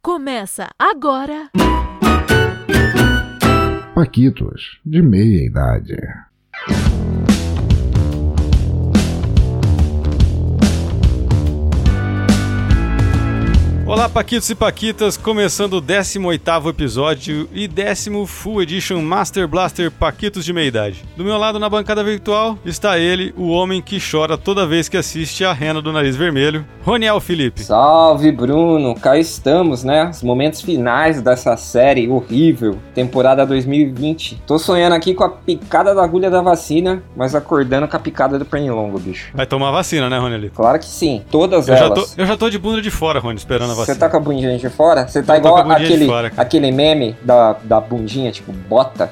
Começa agora. Paquitos de meia idade. Olá, Paquitos e Paquitas, começando o 18º episódio e 10º Full Edition Master Blaster Paquitos de Meia-Idade. Do meu lado, na bancada virtual, está ele, o homem que chora toda vez que assiste a Rena do Nariz Vermelho, Roniel Felipe. Salve, Bruno! Cá estamos, né? Os momentos finais dessa série horrível, temporada 2020. Tô sonhando aqui com a picada da agulha da vacina, mas acordando com a picada do pernilongo, bicho. Vai tomar vacina, né, Ronelito? Claro que sim, todas elas. Eu já tô de bunda de fora, Rony, esperando a vacina. Você tá com a bundinha de fora? Você tá igual aquele meme da bundinha, tipo, bota.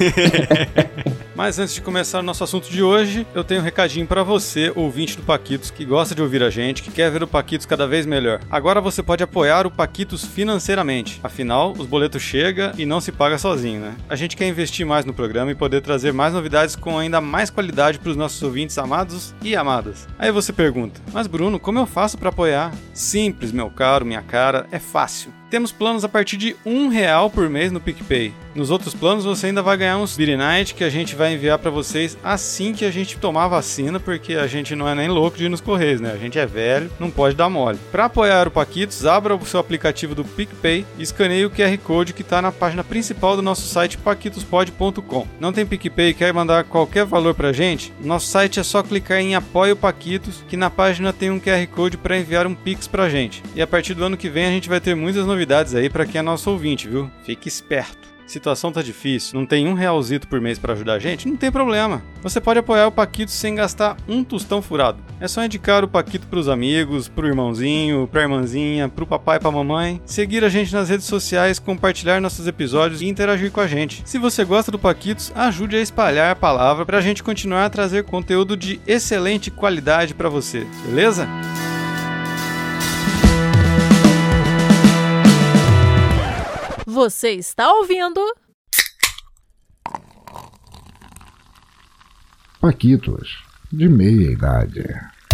Mas antes de começar o nosso assunto de hoje, eu tenho um recadinho pra você, ouvinte do Paquitos, que gosta de ouvir a gente, que quer ver o Paquitos cada vez melhor. Agora você pode apoiar o Paquitos financeiramente. Afinal, os boletos chegam e não se paga sozinho, né? A gente quer investir mais no programa e poder trazer mais novidades com ainda mais qualidade pros nossos ouvintes amados e amadas. Aí você pergunta, mas Bruno, como eu faço pra apoiar? Simples, meu caro, minha cara, é fácil. Temos planos a partir de R$1 por mês no PicPay. Nos outros planos você ainda vai ganhar uns Beer Night que a gente vai enviar pra vocês assim que a gente tomar a vacina, porque a gente não é nem louco de ir nos Correios, né? A gente é velho, não pode dar mole. Pra apoiar o Paquitos, abra o seu aplicativo do PicPay e escaneie o QR Code que tá na página principal do nosso site paquitospod.com. Não tem PicPay e quer mandar qualquer valor pra gente? Nosso site é só clicar em Apoie o Paquitos, que na página tem um QR Code pra enviar um Pix pra gente. E a partir do ano que vem a gente vai ter muitas novidades aí pra quem é nosso ouvinte, viu? Fique esperto. Situação tá difícil, não tem R$1 por mês pra ajudar a gente? Não tem problema. Você pode apoiar o Paquito sem gastar um tostão furado. É só indicar o Paquito pros amigos, pro irmãozinho, pra irmãzinha, pro papai e pra mamãe, seguir a gente nas redes sociais, compartilhar nossos episódios e interagir com a gente. Se você gosta do Paquitos, ajude a espalhar a palavra pra gente continuar a trazer conteúdo de excelente qualidade pra você, beleza? Você está ouvindo Paquitos de meia idade.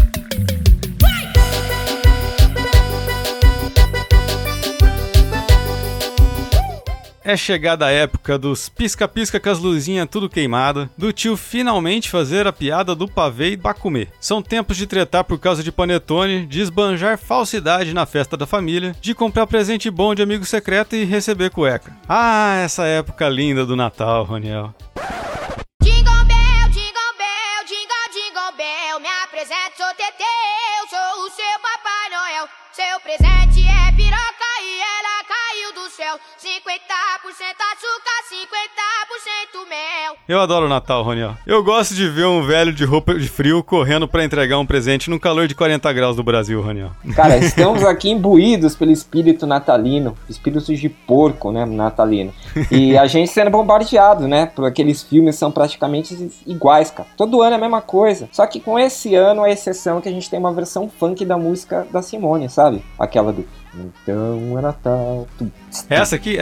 É chegada a época dos pisca-pisca com as luzinhas tudo queimada, do tio finalmente fazer a piada do pavê e pra comer. São tempos de tretar por causa de panetone, de esbanjar falsidade na festa da família, de comprar presente bom de amigo secreto e receber cueca. Ah, essa época linda do Natal, Roniel. Jingle bell, jingle bell, jingle, jingle bell. Me apresento, sou Teteu, sou o seu Papai Noel. Seu presente é piroca e ela caiu do céu. 50% açúcar, 50% mel. Eu adoro o Natal, Roniel. Eu gosto de ver um velho de roupa de frio correndo pra entregar um presente no calor de 40 graus do Brasil, Roniel. Cara, estamos aqui imbuídos pelo espírito natalino, espírito de porco, né, natalino. E a gente sendo bombardeado, né, por aqueles filmes que são praticamente iguais, cara. Todo ano é a mesma coisa. Só que com esse ano, a exceção é que a gente tem uma versão funk da música da Simone, sabe? Aquela do Então é Natal. Essa aqui?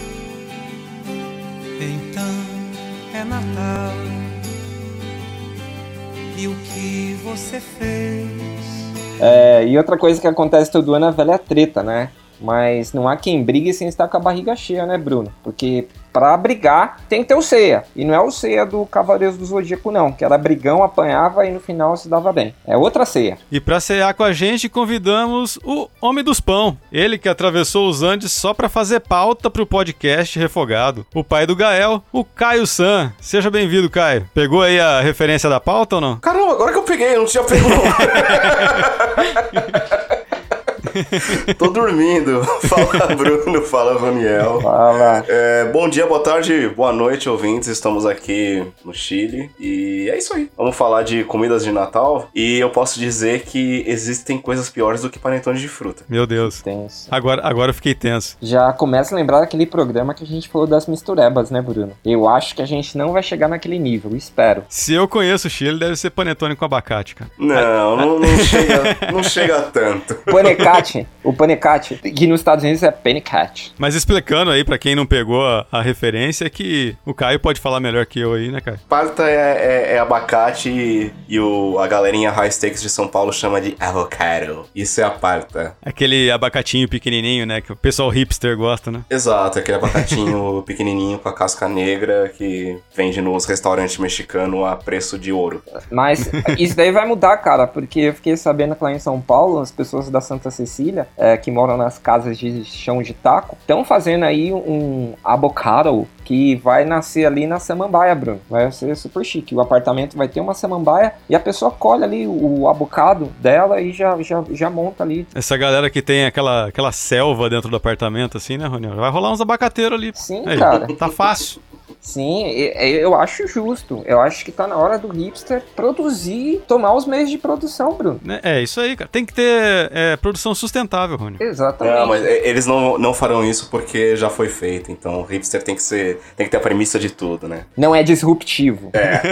Então é Natal. E o que você fez? E outra coisa que acontece todo ano é a velha treta, né? Mas não há quem brigue sem estar com a barriga cheia, né, Bruno? Porque pra brigar tem que ter o ceia. E não é o ceia do Cavaleiros do Zodíaco, não. Que era brigão, apanhava e no final se dava bem. É outra ceia. E pra cear com a gente, convidamos o Homem dos Pão. Ele que atravessou os Andes só pra fazer pauta pro podcast Refogado. O pai do Gael, o Caio San. Seja bem-vindo, Caio. Pegou aí a referência da pauta ou não? Caramba, agora que eu peguei, eu não tinha pego. Tô dormindo. Fala, Bruno. Fala, Roniel. Fala. Bom dia, boa tarde, boa noite, ouvintes. Estamos aqui no Chile e é isso aí. Vamos falar de comidas de Natal e eu posso dizer que existem coisas piores do que panetone de fruta. Meu Deus. Tenso. Agora eu fiquei tenso. Já começa a lembrar daquele programa que a gente falou das misturebas, né, Bruno? Eu acho que a gente não vai chegar naquele nível, espero. Se eu conheço o Chile, deve ser panetone com abacate, cara. Não chega tanto. Panecate panecate. O panecate, que nos Estados Unidos é panicate. Mas explicando aí pra quem não pegou a referência, que o Caio pode falar melhor que eu aí, né, Caio? Palta é abacate e a galerinha high stakes de São Paulo chama de avocado. Isso é a palta. Aquele abacatinho pequenininho, né, que o pessoal hipster gosta, né? Exato, aquele abacatinho pequenininho com a casca negra que vende nos restaurantes mexicanos a preço de ouro. Mas isso daí vai mudar, cara, porque eu fiquei sabendo que lá em São Paulo, as pessoas da Santa Cecília, que moram nas casas de chão de taco, estão fazendo aí um avocado que vai nascer ali na samambaia, Bruno. Vai ser super chique. O apartamento vai ter uma samambaia e a pessoa colhe ali o abocado dela e já monta ali. Essa galera que tem aquela selva dentro do apartamento, assim, né, Roniel? Vai rolar uns abacateiros ali. Sim, aí, cara. Tá fácil. Sim, eu acho justo. Eu acho que tá na hora do hipster produzir, tomar os meios de produção, Bruno. É isso aí, cara. Tem que ter produção sustentável, Rony. Exatamente. Não, mas eles não farão isso porque já foi feito. Então o hipster tem que ter a premissa de tudo, né? Não é disruptivo.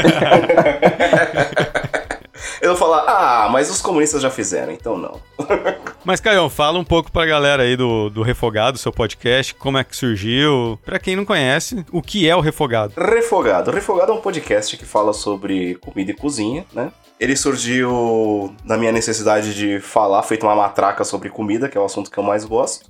Eu vou falar, mas os comunistas já fizeram, então não. Mas, Caio, fala um pouco pra galera aí do Refogado, seu podcast, como é que surgiu. Pra quem não conhece, o que é o Refogado? Refogado é um podcast que fala sobre comida e cozinha, né? Ele surgiu na minha necessidade de falar, feito uma matraca sobre comida, que é o assunto que eu mais gosto.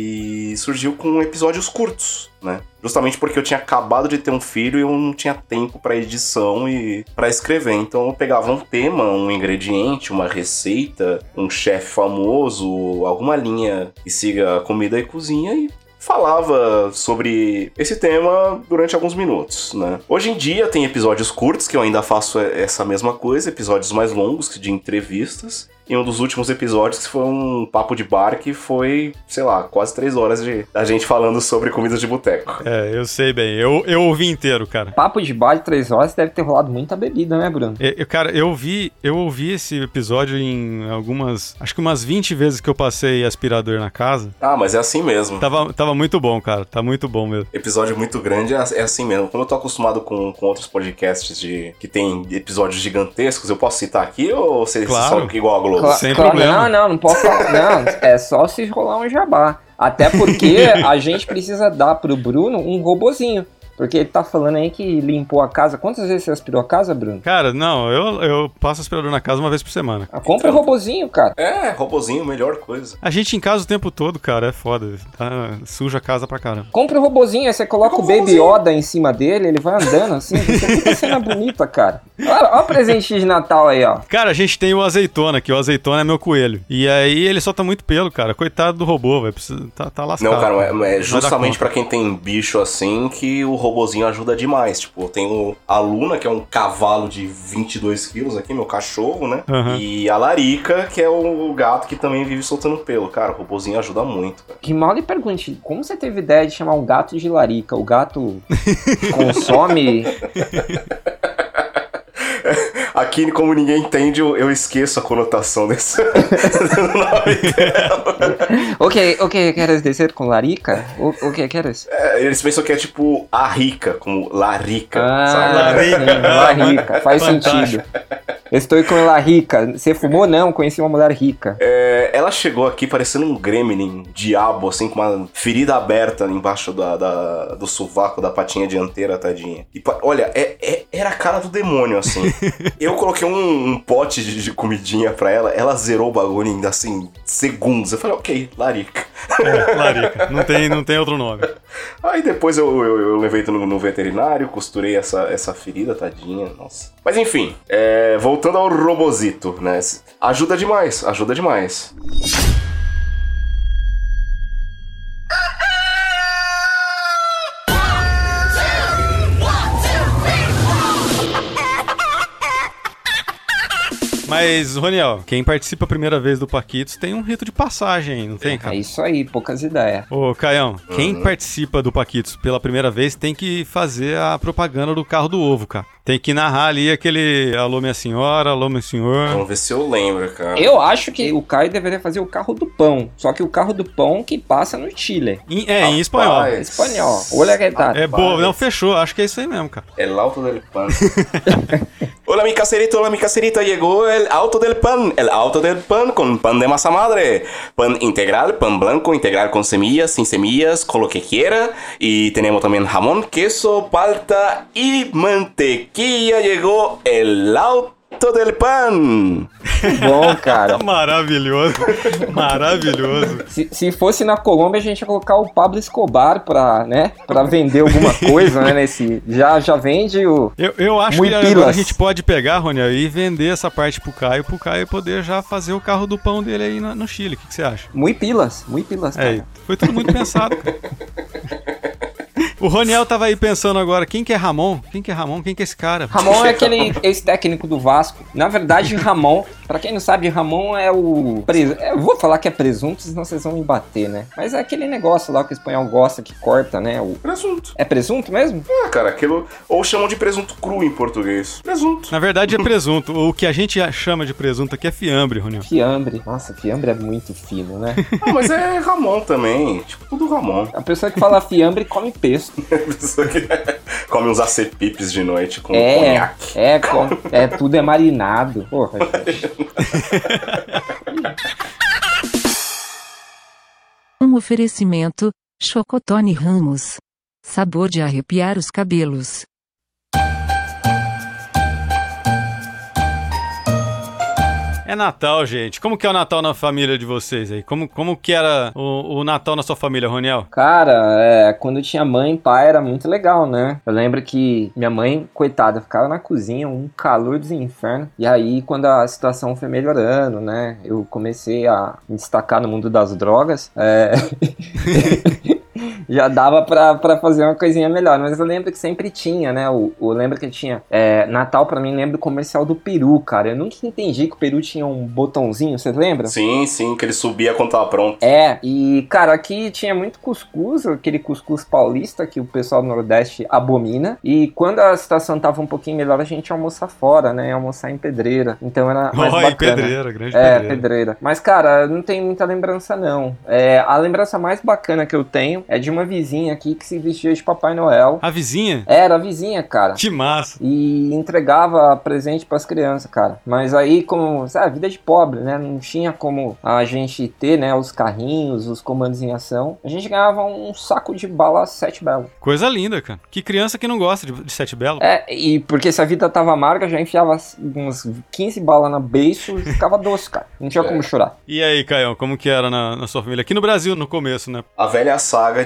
E surgiu com episódios curtos, né? Justamente porque eu tinha acabado de ter um filho e eu não tinha tempo pra edição e pra escrever. Então eu pegava um tema, um ingrediente, uma receita, um chefe famoso, alguma linha que siga comida e cozinha e falava sobre esse tema durante alguns minutos, né? Hoje em dia tem episódios curtos que eu ainda faço essa mesma coisa, episódios mais longos de entrevistas. E um dos últimos episódios que foi um papo de bar que foi, sei lá, quase 3 horas da gente falando sobre comidas de boteco. Eu sei bem. Eu ouvi inteiro, cara. Papo de bar de 3 horas deve ter rolado muita bebida, né, Bruno? Cara, eu ouvi esse episódio em acho que umas 20 vezes que eu passei aspirador na casa. Mas é assim mesmo. Tava muito bom, cara. Tá muito bom mesmo. Episódio muito grande é assim mesmo. Como eu tô acostumado com outros podcasts que tem episódios gigantescos, eu posso citar aqui ou vocês são igual a Globo? Sem problema. Não posso falar. Não, é só se rolar um jabá. Até porque a gente precisa dar pro Bruno um robozinho. Porque ele tá falando aí que limpou a casa. Quantas vezes você aspirou a casa, Bruno? Cara, não, eu passo aspirador na casa uma vez por semana. Compra um robozinho, cara. Robozinho, melhor coisa. A gente em casa o tempo todo, cara, é foda. Tá, suja a casa pra caramba. Compra um robozinho, aí você coloca o Baby Yoda em cima dele, ele vai andando assim. Você fica cena bonita, cara. Olha o presente de Natal aí, ó. Cara, a gente tem o Azeitona, que o Azeitona é meu coelho. E aí ele solta muito pelo, cara. Coitado do robô, velho. Tá lascado. Não, cara, é justamente pra quem tem bicho assim que o robozinho ajuda demais. Tipo, eu tenho a Luna, que é um cavalo de 22 quilos aqui, meu cachorro, né? Uhum. E a Larica, que é o gato que também vive soltando pelo. Cara, o robozinho ajuda muito, cara. Que mal lhe pergunte, como você teve ideia de chamar um gato de Larica? O gato consome... Aqui, como ninguém entende, eu esqueço a conotação desse nome dela. O que queres dizer com Larica? O que queres? Eles pensam que é tipo a rica, como Larica, sabe? Larica, faz sentido. Estou com ela rica. Você fumou? Não, conheci uma mulher rica. Ela chegou aqui parecendo um gremlin, diabo, assim, com uma ferida aberta embaixo do sovaco da patinha dianteira, tadinha. E, olha, era a cara do demônio, assim. Eu coloquei um pote de comidinha pra ela zerou o bagulho em, assim, segundos. Eu falei, ok, Larica. Larica. Não tem outro nome. Aí depois eu levei no veterinário, costurei essa ferida, tadinha, nossa. Mas enfim, voltando ao robozito, né? Ajuda demais. Mas, Roniel, quem participa a primeira vez do Paquitos tem um rito de passagem, não tem, cara? É isso aí, poucas ideias. Ô, Caião, quem participa do Paquitos pela primeira vez tem que fazer a propaganda do carro do ovo, cara. Tem que narrar ali aquele alô minha senhora, alô meu senhor. Vamos ver se eu lembro, cara. Eu acho que o Caio deveria fazer o carro do pão. Só que o carro do pão que passa no Chile. Em espanhol. Em espanhol. Olha que tá. É boa, não, fechou. Acho que é isso aí mesmo, cara. É l'auto del pan. Hola mi caserita, llegó el auto del pan con pan de masa madre, pan integral, pan blanco, integral con semillas, sin semillas, con lo que quiera, y tenemos también jamón, queso, palta y mantequilla, llegó el auto del pan. Bom, cara. Maravilhoso. Maravilhoso. Se fosse na Colômbia, a gente ia colocar o Pablo Escobar pra vender alguma coisa, né? Já vende o... Eu acho que agora a gente pode pegar, Rony, e vender essa parte pro Caio poder já fazer o carro do pão dele aí no Chile. O que você acha? Muito pilas, cara. Foi tudo muito pensado, cara. O Roniel tava aí pensando agora, quem que é Ramon? Quem que é esse cara? Ramon é aquele ex-técnico do Vasco. Na verdade, Ramon, pra quem não sabe, Ramon é o... Eu vou falar que é presunto, senão vocês vão me bater, né? Mas é aquele negócio lá que o espanhol gosta, que corta, né? Presunto. É presunto mesmo? Ah, cara, aquilo... Ou chamam de presunto cru em português. Presunto. Na verdade é presunto. O que a gente chama de presunto aqui é fiambre, Roniel. Fiambre. Nossa, fiambre é muito fino, né? Ah, mas é Ramon também. Tipo, tudo Ramon. A pessoa que fala fiambre come pesto. A pessoa que come uns acepipes de noite com conhaque. Tudo é marinado. Porra, gente. Um oferecimento, Chocotone Ramos. Sabor de arrepiar os cabelos. É Natal, gente. Como que é o Natal na família de vocês aí? Como que era o Natal na sua família, Roniel? Cara, quando tinha mãe e pai era muito legal, né? Eu lembro que minha mãe, coitada, ficava na cozinha, um calor dos infernos. E aí, quando a situação foi melhorando, né? Eu comecei a me destacar no mundo das drogas. Já dava pra fazer uma coisinha melhor. Mas eu lembro que sempre tinha, né? Eu lembro que tinha... Natal, pra mim, lembro do comercial do peru, cara. Eu nunca entendi que o peru tinha um botãozinho, você lembra? Sim, que ele subia quando tava pronto. E, cara, aqui tinha muito cuscuz, aquele cuscuz paulista que o pessoal do Nordeste abomina. E quando a situação tava um pouquinho melhor, a gente ia almoçar fora, né? Ia almoçar em Pedreira. Então era mais bacana. Pedreira, grande Pedreira. Pedreira. Mas, cara, não tem muita lembrança, não. A lembrança mais bacana que eu tenho é de uma vizinha aqui que se vestia de Papai Noel. A vizinha? Era a vizinha, cara. Que massa. E entregava presente pras crianças, cara. Mas aí, como, sabe, vida de pobre, né? Não tinha como a gente ter, né, os carrinhos, os comandos em ação. A gente ganhava um saco de bala 7 Belo. Coisa linda, cara. Que criança que não gosta de 7 Belo? E porque se a vida tava amarga, já enfiava uns 15 balas na beiço e ficava doce, cara. Não tinha como chorar. E aí, Caião, como que era na sua família? Aqui no Brasil, no começo, né? A velha saga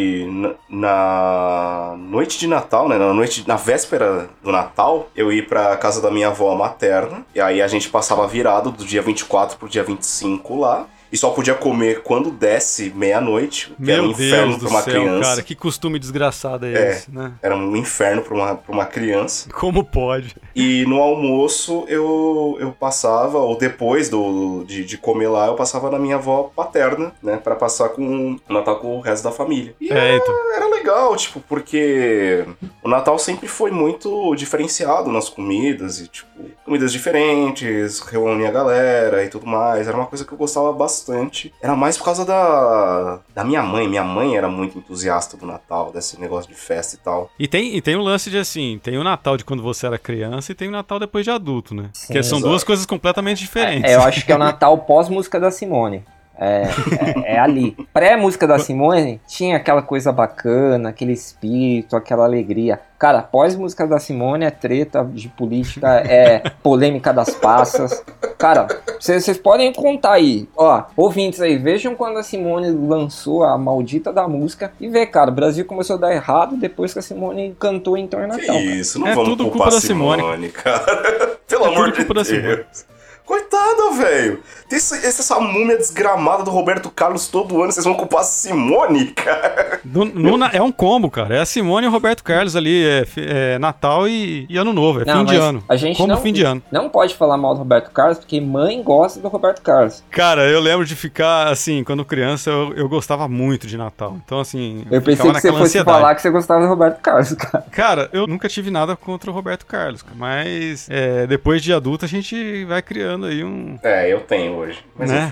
na noite de Natal, né? Na véspera do Natal, eu ia pra casa da minha avó materna. E aí a gente passava virado do dia 24 pro dia 25 lá. E só podia comer quando desse meia-noite, que era um inferno pra uma criança. Cara, que costume desgraçado é esse, né? Era um inferno pra uma criança. Como pode? E no almoço eu passava, ou depois de comer lá, eu passava na minha avó paterna, né? Pra passar o Natal com o resto da família. E era legal, tipo, porque o Natal sempre foi muito diferenciado nas comidas, e tipo, comidas diferentes, reunir a galera e tudo mais. Era uma coisa que eu gostava bastante. Era mais por causa da minha mãe. Minha mãe era muito entusiasta do Natal, desse negócio de festa e tal. E tem o lance de assim, tem o Natal de quando você era criança e tem o Natal depois de adulto, né? Sim, porque são duas coisas completamente diferentes. Eu acho que é o Natal pós-música da Simone. É ali. Pré-música da Simone, tinha aquela coisa bacana, aquele espírito, aquela alegria. Cara, pós-música da Simone é treta de política, é polêmica das passas. Cara, vocês podem contar aí. Ó, ouvintes aí, vejam quando a Simone lançou a maldita da música e vê, cara, o Brasil começou a dar errado depois que a Simone cantou em Natal. Isso, não vamos tudo culpar culpa da a Simone, cara. Pelo amor de Deus. Coitada, velho. Essa múmia desgramada do Roberto Carlos todo ano, vocês vão culpar a Simone, cara? É um combo, cara. É a Simone e o Roberto Carlos ali. É Natal e Ano Novo. É fim de ano. A gente como fim de ano. Não pode falar mal do Roberto Carlos, porque mãe gosta do Roberto Carlos. Cara, eu lembro de ficar, assim, quando criança, eu gostava muito de Natal. Então, assim... Eu pensei que você fosse falar que você gostava do Roberto Carlos, cara. Cara, eu nunca tive nada contra o Roberto Carlos, cara. Mas depois de adulto, a gente vai criando aí um... Eu tenho hoje. Mas né? enfim.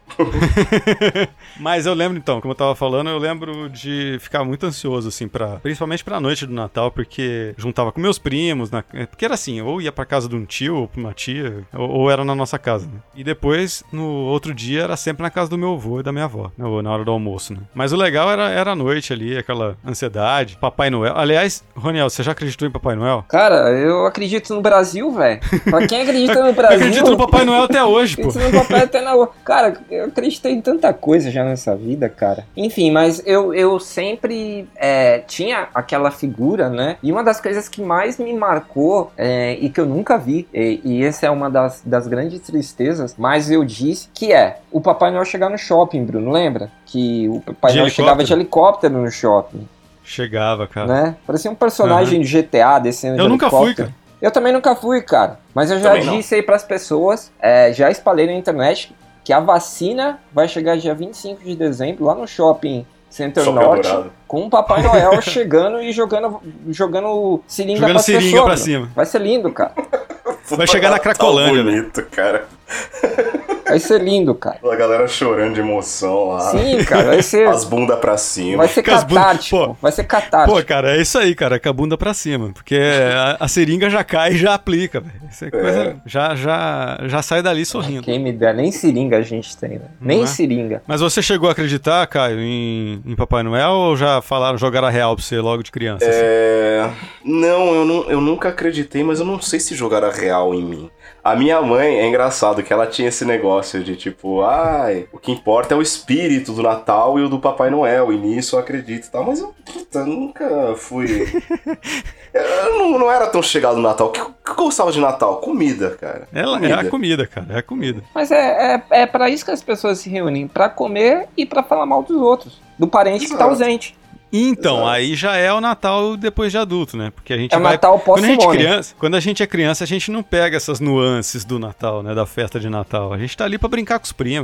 Mas eu lembro então, como eu tava falando, eu lembro de ficar muito ansioso, assim, principalmente pra noite do Natal, porque juntava com meus primos, porque era assim, ou ia pra casa de um tio, ou pra uma tia, ou era na nossa casa, né? E depois, no outro dia, era sempre na casa do meu avô e da minha avó, né? Ou na hora do almoço, né? Mas o legal era a noite ali, aquela ansiedade, Papai Noel. Aliás, Roniel, você já acreditou em Papai Noel? Cara, eu acredito no Brasil, velho. Pra quem acredita no Brasil... Eu acredito no Papai Noel até hoje, pô. Acredito no Papai até na... Cara, eu acreditei em tanta coisa já nessa vida, cara. Enfim, mas eu sempre tinha aquela figura, né? E uma das coisas que mais me marcou e que eu nunca vi, e essa é uma das grandes tristezas, mas eu disse, que é o Papai Noel chegar no shopping, Bruno, lembra? Que o Papai Noel chegava de helicóptero no shopping. Chegava, cara. Né? Parecia um personagem de GTA descendo de helicóptero. Eu nunca fui, cara. Eu também nunca fui, cara. Mas eu já disse aí pras pessoas, já espalhei na internet, que a vacina vai chegar dia 25 de dezembro lá no Shopping Center Norte, com o Papai Noel chegando e jogando seringa pra seringa pra cima. Vai ser lindo, cara. Vai chegar na Cracolândia. Bonito, cara. Vai ser lindo, cara. A galera chorando de emoção lá. Sim, cara, vai ser... As bundas pra cima. Vai ser catártico. Vai ser catártico. Pô, cara, é isso aí, cara, com a bunda pra cima. Porque a seringa já cai e já aplica, velho. Isso é coisa... Já sai dali sorrindo. Quem me der, nem seringa a gente tem, né? Nem seringa. Mas você chegou a acreditar, Caio, em Papai Noel ou já jogaram a real pra você logo de criança? Assim? Não, eu nunca acreditei, mas eu não sei se jogaram a real em mim. A minha mãe, é engraçado que ela tinha esse negócio de tipo, o que importa é o espírito do Natal e o do Papai Noel, e nisso eu acredito e tal, mas eu nunca fui... eu não era tão chegado no Natal. O que eu gostava de Natal? Comida, cara. É a comida, cara, é a comida. Mas é pra isso que as pessoas se reúnem, pra comer e pra falar mal dos outros, do parente que tá ausente. Então, aí já é o Natal depois de adulto, né? Porque a gente vai... Natal pós-Simone. Quando a gente é criança, a gente não pega essas nuances do Natal, né? Da festa de Natal. A gente tá ali pra brincar com os primos,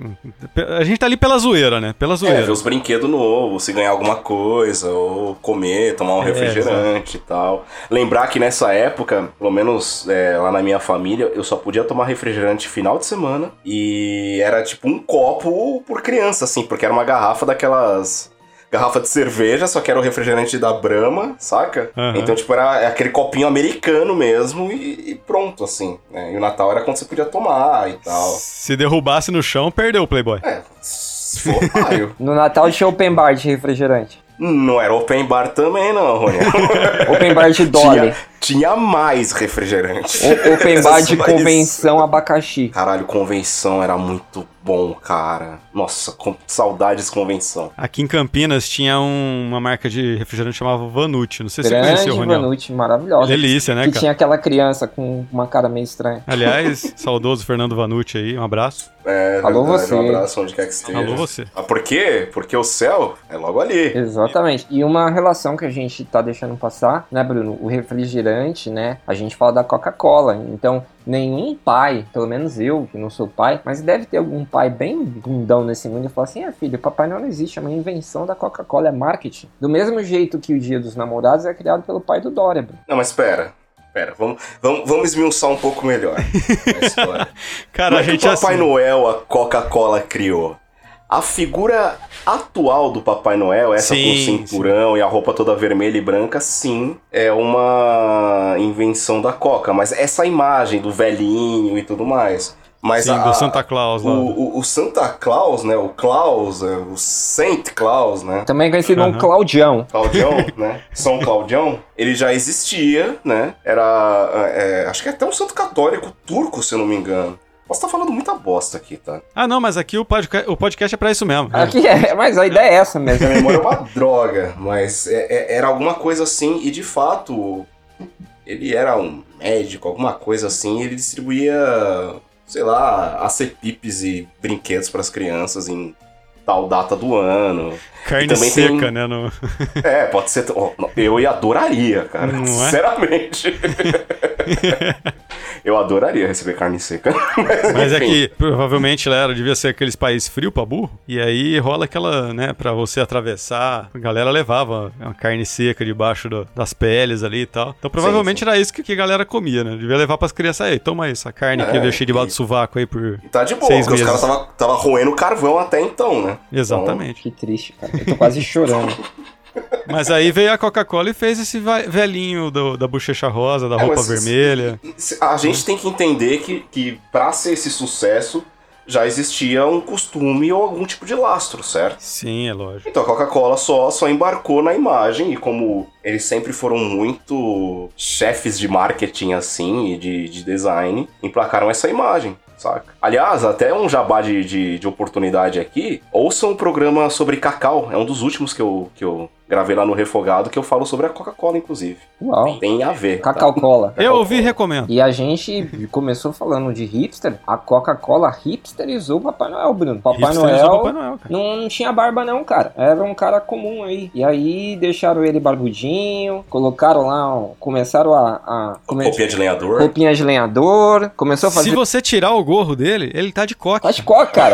A gente tá ali pela zoeira, né? Pela zoeira. Ver os brinquedos novos, se ganhar alguma coisa, ou comer, tomar um refrigerante e tal. Lembrar que nessa época, pelo menos lá na minha família, eu só podia tomar refrigerante final de semana. E era tipo um copo por criança, assim, porque era uma garrafa daquelas... garrafa de cerveja, só que era o refrigerante da Brahma, saca? Uhum. Então, tipo, era aquele copinho americano mesmo e pronto, assim, né? E o Natal era quando você podia tomar e tal. Se derrubasse no chão, perdeu o Playboy. Se for paio. No Natal tinha open bar de refrigerante. Não era open bar também, não, Rony. Open bar de Dolly. Tinha mais refrigerante. Open bar de convenção abacaxi. Caralho, convenção era muito bom, cara. Nossa, saudades convenção. Aqui em Campinas tinha uma marca de refrigerante que chamava Vanucci. Não sei se você conheceu, Roniel. Grande Vanucci, maravilhosa. Delícia, né, que cara? Tinha aquela criança com uma cara meio estranha. Aliás, saudoso Fernando Vanucci aí, um abraço. Alô, você. Um abraço onde quer que esteja. Alô, você. Por quê? Porque o céu é logo ali. Exatamente. E uma relação que a gente tá deixando passar, né, Bruno? O refrigerante, né? A gente fala da Coca-Cola. Então, nenhum pai, pelo menos eu, que não sou pai, mas deve ter algum pai bem bundão nesse mundo e fala assim, filho, Papai Noel não existe, é uma invenção da Coca-Cola, é marketing. Do mesmo jeito que o Dia dos Namorados é criado pelo pai do Dória, Bruno. Não, mas pera, vamos esmiuçar um pouco melhor a história. Cara, não é que o Papai Noel, a Coca-Cola criou. A figura atual do Papai Noel, essa com o cinturão e a roupa toda vermelha e branca, sim, é uma invenção da Coca. Mas essa imagem do velhinho e tudo mais... Mas sim, do Santa Claus lá. O Santa Claus, né? O Claus, o Saint Claus, né? Também conhecido como Claudião. Claudião, né? São Claudião. Ele já existia, né? Era... acho que é até um santo católico turco, se eu não me engano. Posso estar falando muita bosta aqui, tá? Não, mas aqui o podcast é pra isso mesmo. Aqui mas a ideia é essa mesmo. A memória é uma droga, mas era alguma coisa assim, e de fato, ele era um médico, alguma coisa assim, e ele distribuía, sei lá, acepipes e brinquedos pras crianças em tal data do ano. Carne seca, né? Pode ser... Eu adoraria, cara, sinceramente. Eu adoraria receber carne seca. Mas é enfim. que provavelmente lá devia ser aqueles países frios pra burro. E aí rola aquela, né, pra você atravessar. A galera levava uma carne seca debaixo das peles ali e tal. Então provavelmente era isso que a galera comia, né? Devia levar pras crianças aí. Toma aí essa carne aqui, eu deixei debaixo do sovaco aí por E tá de boa, 6 porque meses. os caras tava roendo carvão até então, né? Exatamente. Que triste, cara. Eu tô quase chorando. Mas aí veio a Coca-Cola e fez esse velhinho da bochecha rosa, da roupa mas vermelha. A gente tem que entender que pra ser esse sucesso, já existia um costume ou algum tipo de lastro, certo? Sim, é lógico. Então a Coca-Cola só embarcou na imagem, e como eles sempre foram muito chefes de marketing assim e de design, emplacaram essa imagem, saca? Aliás, até um jabá de oportunidade aqui, ouçam um programa sobre cacau, é um dos últimos que eu gravei lá no Refogado, que eu falo sobre a Coca-Cola, inclusive. Uau. Tem a ver. Tá? Cacau-Cola. Eu ouvi e recomendo. E a gente começou falando de hipster. A Coca-Cola hipsterizou o Papai Noel, Bruno. Papai Noel cara. não tinha barba não, cara. Era um cara comum aí. E aí deixaram ele barbudinho, colocaram lá, começaram Roupinha de lenhador. Roupinha de lenhador. Começou a fazer... Se você tirar o gorro dele, ele tá de coque. Tá de coca, cara.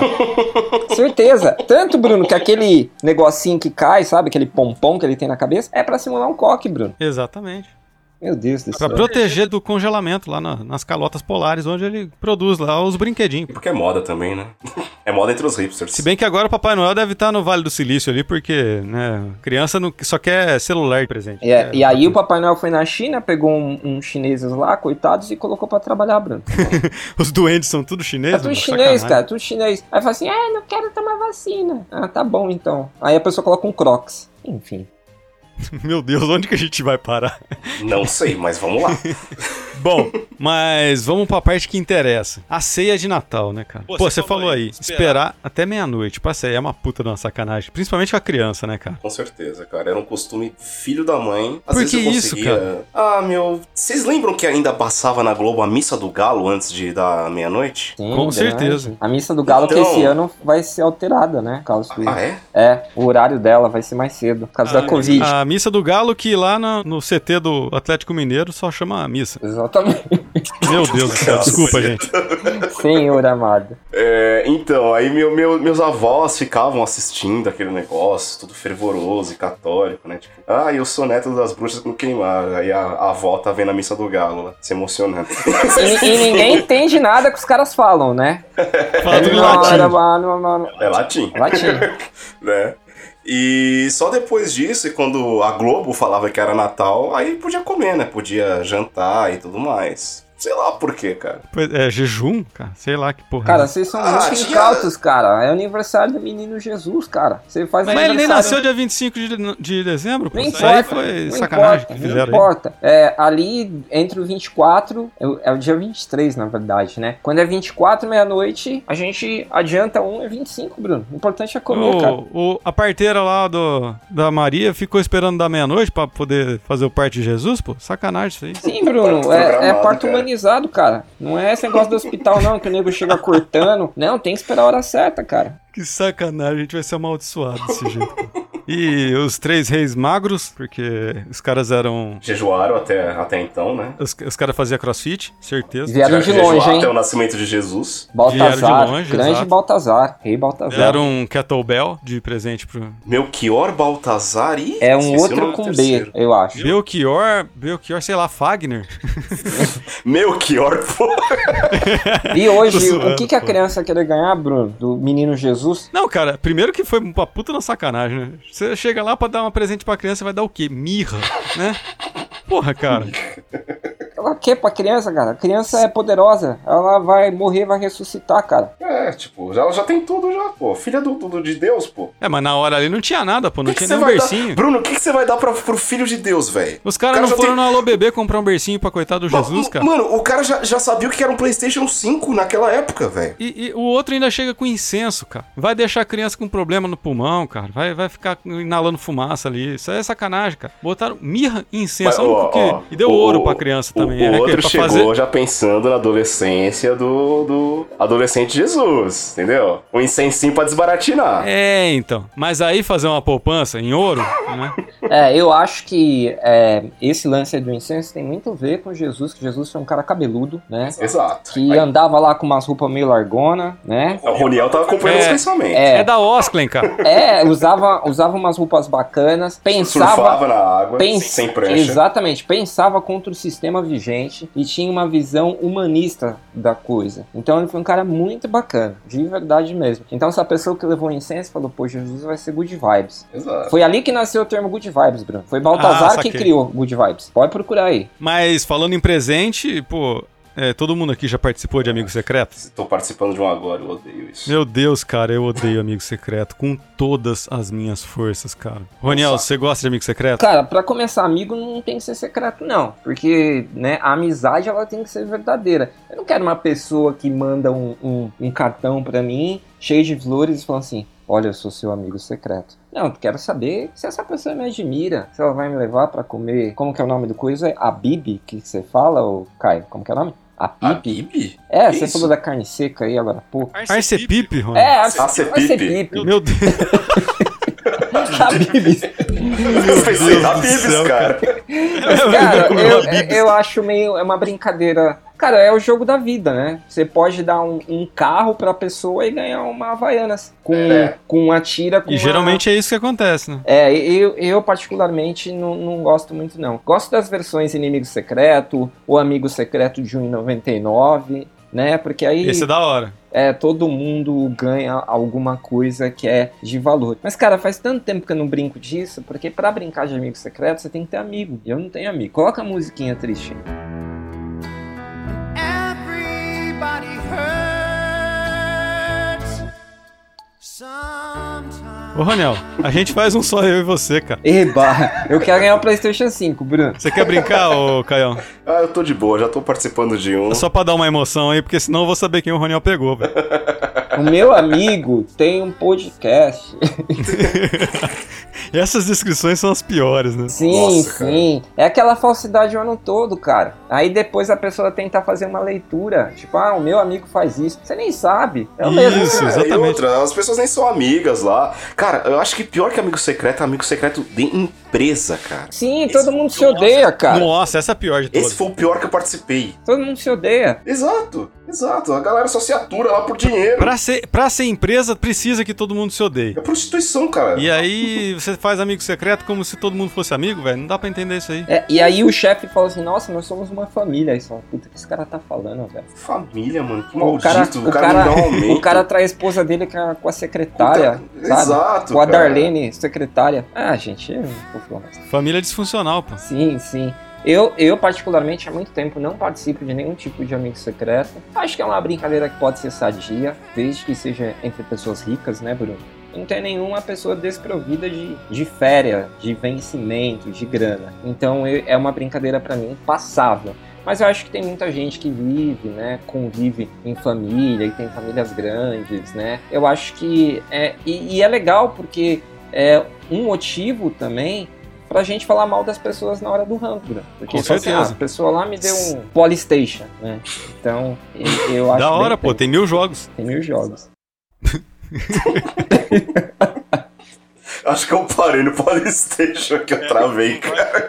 Certeza. Tanto, Bruno, que aquele negocinho que cai, sabe? Aquele pompom que ele tem na cabeça, é pra simular um coque, Bruno. Exatamente. Meu Deus do Pra céu. proteger do congelamento lá nas calotas polares, onde ele produz lá os brinquedinhos. Porque é moda também, né? É moda entre os hipsters. Se bem que agora o Papai Noel deve estar no Vale do Silício ali, porque, né, criança só quer celular de presente. E aí o Papai Noel foi na China, pegou uns chineses lá, coitados, e colocou pra trabalhar, Bruno. Os doentes são tudo chineses? É tudo mano? chinês, Sacanagem. cara, tudo chinês. Aí fala assim, não quero tomar vacina. Ah, tá bom então. Aí a pessoa coloca um Crocs. Enfim. Meu Deus, onde que a gente vai parar? Não sei, mas vamos lá. Bom, mas vamos pra parte que interessa. A ceia de Natal, né, cara? Pô, você falou aí, esperar até meia-noite pra ceia é uma puta de uma sacanagem. Principalmente com a criança, né, cara? Com certeza, cara. Era um costume filho da mãe. Às Por vezes que eu isso, conseguia... cara? Ah, meu... Vocês lembram que ainda passava na Globo a Missa do Galo antes de dar meia-noite? Sim, Com verdade. certeza. A missa do Galo Então- que esse ano vai ser alterada, né? Caso Ah, é? o horário dela vai ser mais cedo, por causa da Covid. A missa do Galo, que lá no CT do Atlético Mineiro só chama missa. Exatamente. Meu Deus do céu, desculpa, gente. Senhor amado. Então, aí meus avós ficavam assistindo aquele negócio, tudo fervoroso e católico, né? Tipo, eu sou neto das bruxas que não queimaram. Aí a avó tá vendo a missa do Galo lá, se emocionando. E ninguém entende nada que os caras falam, né? Fala tudo em latim. É latim. Latim. Né? E só depois disso, e quando a Globo falava que era Natal, aí podia comer, né? Podia jantar e tudo mais. Sei lá por quê, cara. É jejum, cara? Sei lá que porra. Cara, vocês são muito tinha- incautos, cara. É aniversário do menino Jesus, cara. Você faz Mas ele nem aniversário... nasceu dia 25 de dezembro, pô. Não Isso aí importa, foi não sacanagem importa, que não fizeram aí. importa. Ali, entre o 24, é o dia 23, na verdade, né? Quando é 24, meia-noite, a gente adianta é 25, Bruno. O importante é comer, cara. A parteira lá da Maria ficou esperando da meia-noite pra poder fazer o parto de Jesus, pô. Sacanagem isso aí. Sim, Bruno, Parto é programado, parto cara. humanizado, cara. Não é esse negócio do hospital, não, que o nego chega cortando. Não, tem que esperar a hora certa, cara. Que sacanagem, a gente vai ser amaldiçoado desse jeito, pô. E os 3 reis magros, porque os caras eram... Jejuaram até então, né? Os caras faziam crossfit, certeza. Vieram de longe, Jejuar hein? até o nascimento de Jesus. Baltazar, Vieram de longe, grande exato. Baltazar, rei Baltazar. Deram um kettlebell de presente pro... Melchior, Baltazar e... É um esqueci o outro nome do com B, terceiro. eu acho. Belchior, sei lá, Fagner. Melchior, pô. E hoje, Tô zoando, o que a pô. criança quer ganhar, Bruno? Do menino Jesus? Não, cara, primeiro que foi uma puta na sacanagem, né? Você chega lá pra dar um presente pra criança, vai dar o quê? Mirra, né? Porra, cara. Ela quer pra criança, cara? A criança é poderosa. Ela vai morrer, vai ressuscitar, cara. Tipo, ela já tem tudo já, pô. Filha de Deus, pô. Mas na hora ali não tinha nada, pô. Não Que tinha você nem um vai dar... bercinho. Bruno, o que você vai dar pro filho de Deus, velho? Os caras não foram no Alô Bebê comprar um bercinho pra coitado do Jesus, cara. Mano, o cara já sabia o que era um PlayStation 5 naquela época, velho. E o outro ainda chega com incenso, cara. Vai deixar a criança com problema no pulmão, cara. Vai ficar inalando fumaça ali. Isso aí é sacanagem, cara. Botaram mirra e incenso. Mas, E deu ouro pra criança também. também. O outro pra chegou já pensando na adolescência do adolescente Jesus, entendeu? Um incensinho pra desbaratinar. Então. Mas aí fazer uma poupança em ouro, né? Eu acho que esse lance do incenso tem muito a ver com Jesus, que Jesus foi um cara cabeludo, né? Exato. Que andava lá com umas roupas meio largona, né? O Roniel tava acompanhando os pensamentos. É da Osklen, cara. Usava umas roupas bacanas, Surfava na água, sem prancha. Exatamente, pensava contra o sistema vigente e tinha uma visão humanista da coisa. Então ele foi um cara muito bacana, de verdade mesmo. Então essa pessoa que levou o incenso falou, pô, Jesus vai ser good vibes. Exato. Foi ali que nasceu o termo good vibes, Bruno. Foi Baltazar que criou good vibes. Pode procurar aí. Mas falando em presente, pô... todo mundo aqui já participou de Amigo Secreto? Tô participando de um agora, eu odeio isso. Meu Deus, cara, eu odeio Amigo Secreto com todas as minhas forças, cara. Roniel, você gosta de Amigo Secreto? Cara, pra começar, amigo não tem que ser secreto, não. Porque, né, a amizade, ela tem que ser verdadeira. Eu não quero uma pessoa que manda um cartão pra mim, cheio de flores, e fala assim, olha, eu sou seu amigo secreto. Não, eu quero saber se essa pessoa me admira, se ela vai me levar pra comer. Como que é o nome do coisa? É a Bibi que você fala, ou Caio? Como que é o nome? A Pipe? Você falou da carne seca aí agora há pouco. Arcepipe, Roniel? Arcepipe. Meu Deus. A Bibis. Eu pensei na Bibis, cara. Cara, eu acho meio... É uma brincadeira... Cara, é o jogo da vida, né? Você pode dar um carro pra pessoa e ganhar uma Havaianas. Com uma tira... E geralmente é isso que acontece, né? Eu particularmente não gosto muito, não. Gosto das versões Inimigo Secreto, o Amigo Secreto de R$1,99, né? Porque aí... Esse é da hora. Todo mundo ganha alguma coisa que é de valor. Mas, cara, faz tanto tempo que eu não brinco disso, porque pra brincar de Amigo Secreto, você tem que ter amigo. E eu não tenho amigo. Coloca a musiquinha triste. Ô, Roniel, a gente faz um só eu e você, cara. Eba, eu quero ganhar o PlayStation 5, Bruno. Você quer brincar, ô Caião? Eu tô de boa, já tô participando de um. É só pra dar uma emoção aí, porque senão eu vou saber quem o Roniel pegou, velho. O meu amigo tem um podcast. E essas descrições são as piores, né? Sim, nossa, sim. Cara. É aquela falsidade o ano todo, cara. Aí depois a pessoa tenta fazer uma leitura. Tipo, o meu amigo faz isso. Você nem sabe. É o mesmo. Isso, exatamente. E outra, as pessoas nem são amigas lá. Cara, eu acho que pior que amigo secreto é amigo secreto de empresa, cara. Sim, todo mundo se odeia, cara. Nossa, essa é a pior de todas. Esse foi o pior que eu participei. Todo mundo se odeia. Exato. A galera só se atura lá por dinheiro. Pra ser empresa, precisa que todo mundo se odeie. É prostituição, cara. E aí, você faz amigo secreto como se todo mundo fosse amigo, velho. Não dá pra entender isso aí. E aí o chefe fala assim, nossa, nós somos uma família. Aí você fala, puta, o que esse cara tá falando, velho? Família, mano. Que maldito. O cara não dá um aumento. O cara traz a esposa dele com a secretária, sabe? Exato, com a Darlene, secretária. Gente, eu não vou falar mais. Família disfuncional, pô. Sim, sim. Eu, particularmente, há muito tempo não participo de nenhum tipo de amigo secreto. Acho que é uma brincadeira que pode ser sadia, desde que seja entre pessoas ricas, né, Bruno? Não tem nenhuma pessoa desprovida de férias, de vencimento, de grana. Então é uma brincadeira pra mim passável. Mas eu acho que tem muita gente que vive, né, convive em família, e tem famílias grandes, né? Eu acho que e é legal porque é um motivo também pra gente falar mal das pessoas na hora do rango, né? Porque assim, a pessoa lá me deu um Polystation, né? Então, eu acho da hora, pô, tem 1000 jogos. Tem 1000 jogos. Acho que eu parei no Polystation que eu travei, cara.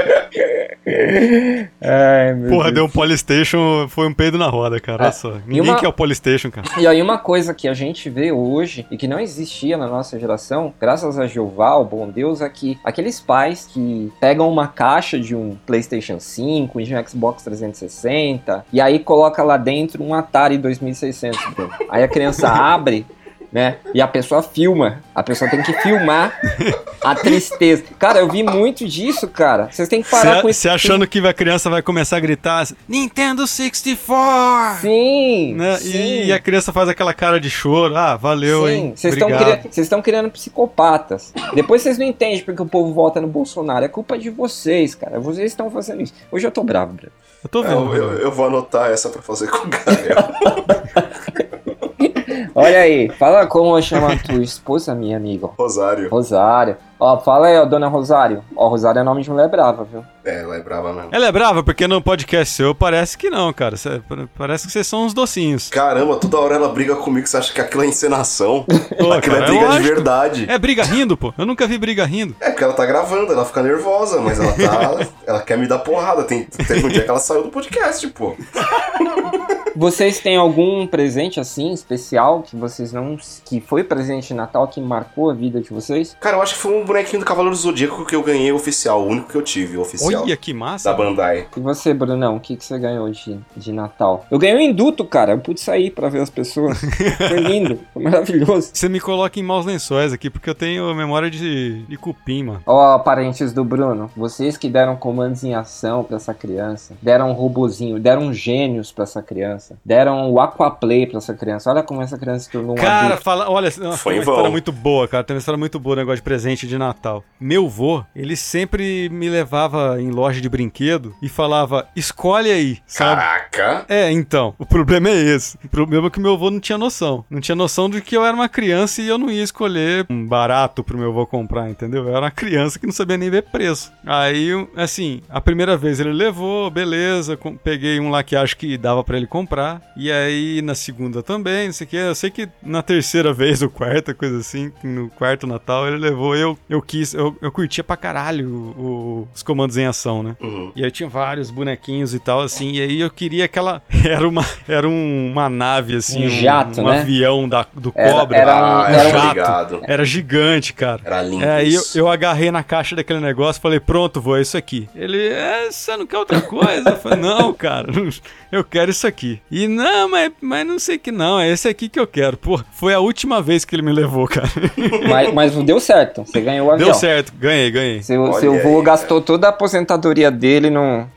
Ai, meu Porra, Deus. deu um Polystation, foi um peido na roda, cara. Olha só. Ninguém quer o Polystation, cara. E aí uma coisa que a gente vê hoje e que não existia na nossa geração, graças a Jeová, o bom Deus, é que aqueles pais que pegam uma caixa de um PlayStation 5, de um Xbox 360, e aí coloca lá dentro um Atari 2600, Bruno. Aí a criança abre, né? E a pessoa filma. A pessoa tem que filmar a tristeza. Cara, eu vi muito disso, cara. Vocês têm que parar com isso. Você achando que a criança vai começar a gritar Nintendo 64! Sim, né? sim. E a criança faz aquela cara de choro. Valeu, sim, hein? Vocês estão criando psicopatas. Depois vocês não entendem porque o povo vota no Bolsonaro. É culpa de vocês, cara. Vocês estão fazendo isso. Hoje eu tô bravo, Bruno. Eu tô vendo. Eu vou anotar essa pra fazer com o Gabriel. Olha aí, fala como chama tua esposa, minha amiga. Rosário. Rosário. Ó, fala aí, ó, dona Rosário. Ó, Rosário é nome de mulher brava, viu? É, ela é brava mesmo. Ela é brava porque no podcast seu parece que não, cara. Parece que vocês são uns docinhos. Caramba, toda hora ela briga comigo, você acha que aquilo é encenação? Pô, Aquilo cara, é briga de lógico. verdade. É briga rindo, pô. Eu nunca vi briga rindo. É porque ela tá gravando, ela fica nervosa, mas ela quer me dar porrada. Teve um dia que ela saiu do podcast, pô. Vocês têm algum presente, assim, especial, que vocês não... que foi presente de Natal, que marcou a vida de vocês? Cara, eu acho que foi um bonequinho do Cavaleiro do Zodíaco que eu ganhei oficial, o único que eu tive oficial. Olha que massa. Da Bandai. E você, Brunão, o que você ganhou de Natal? Eu ganhei um induto, cara. Eu pude sair pra ver as pessoas. Foi lindo, foi maravilhoso. Você me coloca em maus lençóis aqui, porque eu tenho memória de cupim, mano. Ó, parentes do Bruno, vocês que deram comandos em ação pra essa criança, deram um robozinho, deram gênios pra essa criança, deram o Aquaplay pra essa criança. Olha como essa criança se tornou um Cara, adulto. olha, Foi tem uma bom. história muito boa, cara. Tem uma história muito boa, negócio de presente de Natal. Meu vô, ele sempre me levava em loja de brinquedo e falava, escolhe aí, sabe? Caraca! É, então, o problema é esse. O problema é que o meu avô não tinha noção. Não tinha noção de que eu era uma criança e eu não ia escolher um barato pro meu avô comprar, entendeu? Eu era uma criança que não sabia nem ver preço. Aí, assim, a primeira vez ele levou, beleza, peguei um lá que acho que dava pra ele comprar. E aí, na segunda também, não sei o que. Eu sei que na terceira vez, ou quarta, coisa assim, no quarto Natal, ele levou, eu curtia pra caralho os comandos em ação, né? Uhum. E aí tinha vários bonequinhos e tal, assim, e aí eu queria aquela... Era uma nave, assim, Um jato, um né? avião do Era- Cobra. era um um jato. Obrigado. Era gigante, cara. Era lindo Aí isso. eu agarrei na caixa daquele negócio e falei, pronto, vô, é isso aqui. Ele, você não quer outra coisa? Eu falei, não, cara, eu quero isso aqui. E não, mas não sei que não, é esse aqui que eu quero. Pô, foi a última vez que ele me levou, cara. Mas deu certo, você ganhou o avião. Deu certo, ganhei. Seu Olha vô aí, gastou toda a aposentadoria dele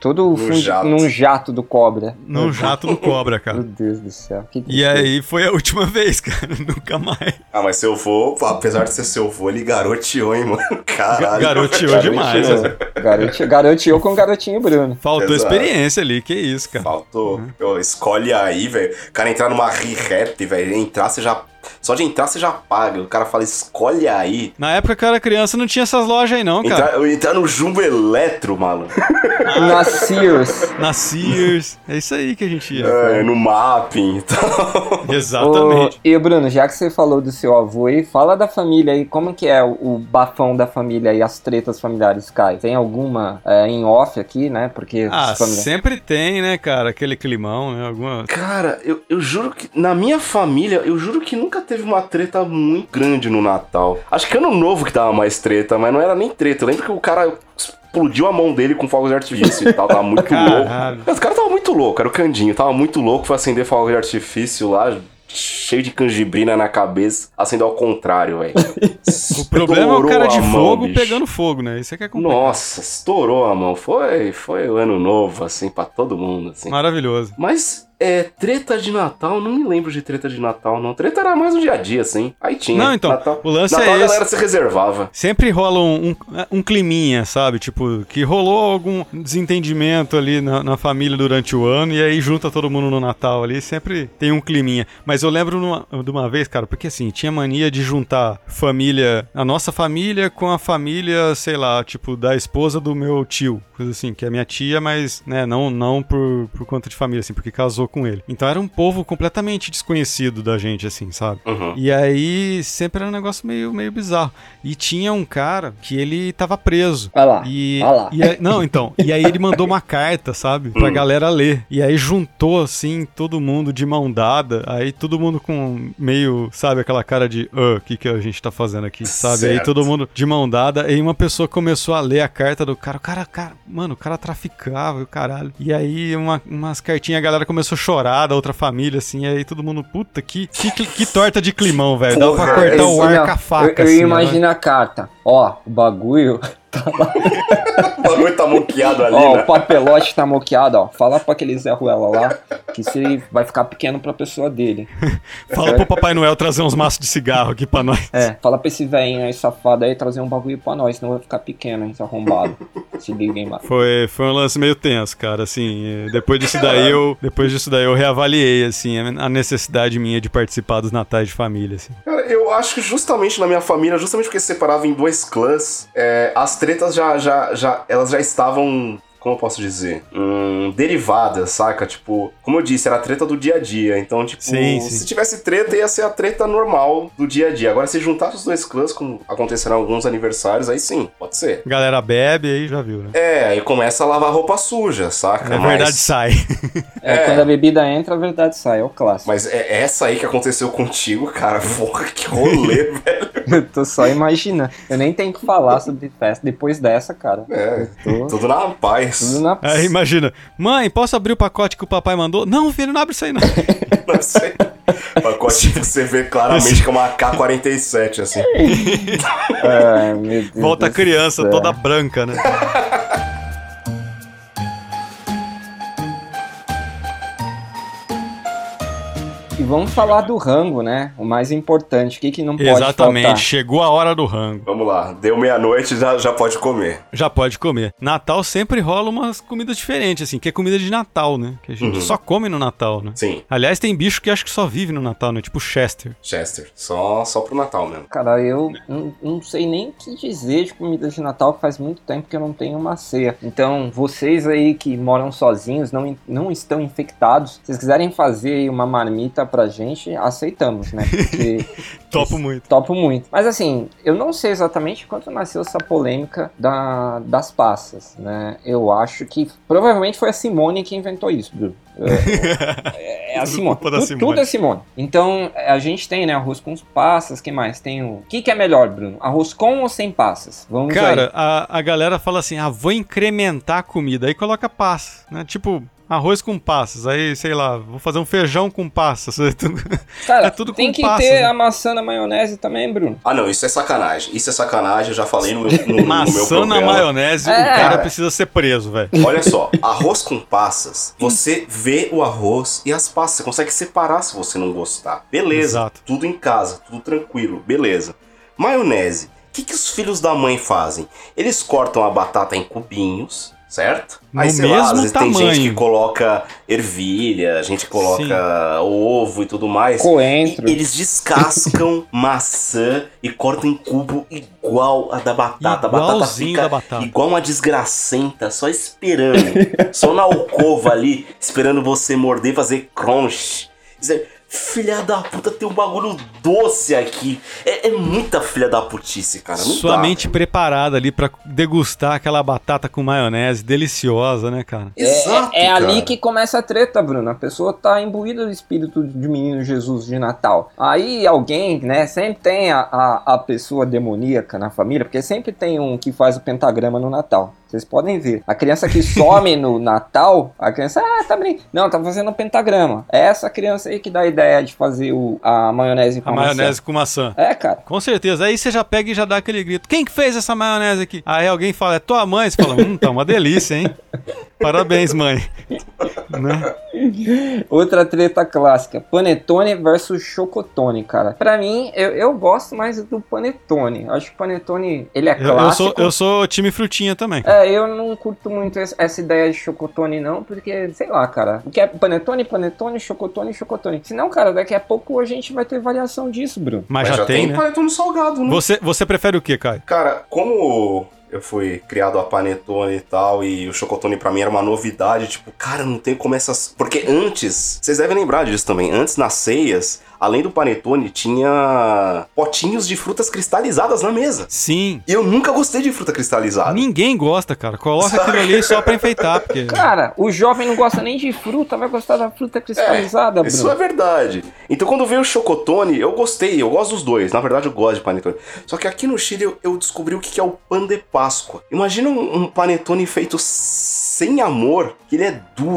num jato do Cobra. Num jato do Cobra, Meu cara. Deus do céu. Que E tristeza. aí foi a última vez, cara, nunca mais. Ah, mas seu vô, apesar de ser seu vô, ele garoteou, hein, mano? Caralho. Garoteou demais, né? Garoteou com o garotinho Bruno. Faltou Exato. experiência ali, que isso, cara. Faltou. Pô, escolhe aí, velho. O cara entrar numa re-rap, velho. Entrar, você já... Só de entrar, você já paga. O cara fala, escolhe aí. Na época que eu era criança não tinha essas lojas aí não, cara. Entrar no Jumbo Eletro, mano. Na Sears. Na Sears. É isso aí que a gente ia. No Mapping e tal. Exatamente. E Bruno, já que você falou do seu avô aí, fala da família aí, como que é o bafão da família e as tretas familiares, Kai? Tem alguma em off aqui, né? Porque Sempre tem, né, cara, aquele climão, né, alguma... Cara, eu juro que... Na minha família, eu juro que nunca teve uma treta muito grande no Natal. Acho que Ano Novo que dava mais treta, mas não era nem treta. Eu lembro que o cara... explodiu a mão dele com fogos de artifício e tal, tava muito Caralho. louco. Os caras tava muito louco, era o Candinho, tava muito louco, foi acender fogos de artifício lá, cheio de canjibrina na cabeça, acendeu ao contrário, velho. O problema é o cara de fogo bicho. pegando fogo, né? Isso é que é complicado. Nossa, estourou a mão. Foi o ano novo, assim, pra todo mundo, assim. Maravilhoso. Mas, treta de Natal, não me lembro de treta de Natal, não. Treta era mais no dia a dia, assim. Aí tinha. Não, então, Natal, o lance Natal é a esse. galera se reservava. Sempre rola um climinha, sabe? Tipo, que rolou algum desentendimento ali na família durante o ano e aí junta todo mundo no Natal ali, sempre tem um climinha. Mas eu lembro de uma vez, cara, porque assim, tinha mania de juntar a nossa família com a família, sei lá, tipo, da esposa do meu tio, coisa assim, que é minha tia, mas, né, não por conta de família, assim, porque casou com ele. Então era um povo completamente desconhecido da gente, assim, sabe? Uhum. E aí sempre era um negócio meio bizarro. E tinha um cara que ele tava preso. Vai lá, E, vai lá. e aí, não, então. E aí ele mandou uma carta, sabe? Pra galera ler. E aí juntou, assim, todo mundo de mão dada. Aí todo mundo com meio, sabe, aquela cara de o que a gente tá fazendo aqui, sabe? Certo. Aí todo mundo de mão dada. E uma pessoa começou a ler a carta do cara. Mano, o cara traficava e o caralho. E aí umas cartinhas, a galera começou a chorar da outra família, assim. E aí todo mundo, puta, que torta de climão, velho. Dá pra Porra, cortar o ar Não, com a faca, eu assim. imagino a carta. Ó, o bagulho tá lá. O bagulho tá moqueado ali, Ó, né? o papelote tá moqueado, ó. Fala pra aquele Zé Ruela lá que se ele vai ficar pequeno pra pessoa dele. Fala pro Papai Noel trazer uns maços de cigarro aqui pra nós. Fala pra esse velhinho aí safado aí trazer um bagulho pra nós, senão vai ficar pequeno, hein, esse arrombado. Se liguem lá. Foi um lance meio tenso, cara, assim, depois disso daí eu reavaliei, assim, a necessidade minha de participar dos natais de família, assim. Cara, eu acho que justamente na minha família, justamente porque se separava em 2 clãs, as tretas elas já estavam... Como eu posso dizer? Derivadas, saca? Tipo, como eu disse, era a treta do dia a dia. Então, tipo, sim. se tivesse treta, ia ser a treta normal do dia a dia. Agora, se juntasse os 2 clãs, como aconteceram alguns aniversários, aí sim, pode ser. Galera bebe, aí já viu, né? Aí começa a lavar roupa suja, saca? A verdade sai. Quando a bebida entra, a verdade sai, é o clássico. Mas é essa aí que aconteceu contigo, cara. Porra, que rolê, velho. Eu tô só imaginando. Eu nem tenho que falar sobre festa depois dessa, cara. Tudo na paz. Tudo na paz. Aí imagina, mãe, posso abrir o pacote que o papai mandou? Não, filho, não abre isso aí não. Não sei. O pacote você vê claramente que é uma AK-47, assim. Ai, meu Deus. Volta a criança toda branca, né? E vamos falar do rango, né? O mais importante. O que não pode Exatamente, faltar? chegou a hora do rango. Vamos lá, deu meia-noite, já pode comer. Já pode comer. Natal sempre rola umas comidas diferentes, assim, que é comida de Natal, né? Que a gente só come no Natal, né? Sim. Aliás, tem bicho que acho que só vive no Natal, né? Tipo Chester. Chester, só pro Natal mesmo. Cara, eu não sei nem o que dizer de comida de Natal, que faz muito tempo que eu não tenho uma ceia. Então, vocês aí que moram sozinhos, não estão infectados, se vocês quiserem fazer aí uma marmita pra gente, aceitamos, né? Porque Topo muito. Topo muito. Mas assim, eu não sei exatamente quando nasceu essa polêmica das passas, né? Eu acho que provavelmente foi a Simone que inventou isso, Bruno. É a Simone. Tudo é Simone. Então, a gente tem, né, arroz com passas, que mais? Tem o... O que é melhor, Bruno? Arroz com ou sem passas? Vamos Cara, aí. a galera fala assim, vou incrementar a comida, aí coloca passas, né? Tipo... Arroz com passas, aí, sei lá, vou fazer um feijão com passas. Cara, tudo tem com que passas, ter né? a maçã na maionese também, Bruno. Ah, não, isso é sacanagem. Isso é sacanagem, eu já falei no meu programa. Maçã na maionese, o cara precisa ser preso, velho. Olha só, arroz com passas, você vê o arroz e as passas, você consegue separar se você não gostar. Beleza, Exato. Tudo em casa, tudo tranquilo, beleza. Maionese, o que os filhos da mãe fazem? Eles cortam a batata em cubinhos, certo? No mesmo às vezes tamanho. tem gente que coloca ervilha, a gente coloca ovo e tudo mais. Coentro. E eles descascam maçã e cortam em cubo igual a da batata. A batata Igualzinho fica da batata. igual uma desgracenta, só esperando. Só na alcova ali, esperando você morder e fazer crunch. Dizer, filha da puta, tem um bagulho doce aqui. É muita filha da putice, cara. Não Sua dá. mente preparada ali pra degustar aquela batata com maionese deliciosa, né, cara? Exato, É cara. ali que começa a treta, Bruno. A pessoa tá imbuída do espírito de menino Jesus de Natal. Aí alguém, né, sempre tem a pessoa demoníaca na família, porque sempre tem um que faz o pentagrama no Natal. Vocês podem ver. A criança que some no Natal, a criança, tá brincando. Não, tá fazendo o pentagrama. É essa criança aí que dá a ideia de fazer a maionese com A maçã. maionese com maçã. É, cara. Com certeza. Aí você já pega e já dá aquele grito. Quem que fez essa maionese aqui? Aí alguém fala, é tua mãe. Você fala, tá uma delícia, hein? Parabéns, mãe. Né? Outra treta clássica. Panetone versus chocotone, cara. Pra mim, eu gosto mais do panetone. Acho que o panetone, ele é clássico. Eu sou time frutinha também. Eu não curto muito essa ideia de chocotone, não, porque, sei lá, cara. O que é panetone, chocotone. Senão, cara, daqui a pouco a gente vai ter variação disso, Bruno. Mas já tem, né? panetone salgado, né? Você prefere o que, Caio? Cara, como eu fui criado a panetone e tal, e o chocotone pra mim era uma novidade, tipo, cara, não tem como essas... Porque antes, vocês devem lembrar disso também, antes nas ceias, além do panetone, tinha potinhos de frutas cristalizadas na mesa. Sim. E eu nunca gostei de fruta cristalizada. Ninguém gosta, cara. Coloca aquilo ali só pra enfeitar, porque... Cara, o jovem não gosta nem de fruta, vai gostar da fruta cristalizada, Bruno. Isso é verdade. Então quando veio o chocotone, eu gostei, eu gosto dos dois. Na verdade, eu gosto de panetone. Só que aqui no Chile eu descobri o que é o pan de Páscoa. Imagina um panetone feito sem amor, que ele é duro.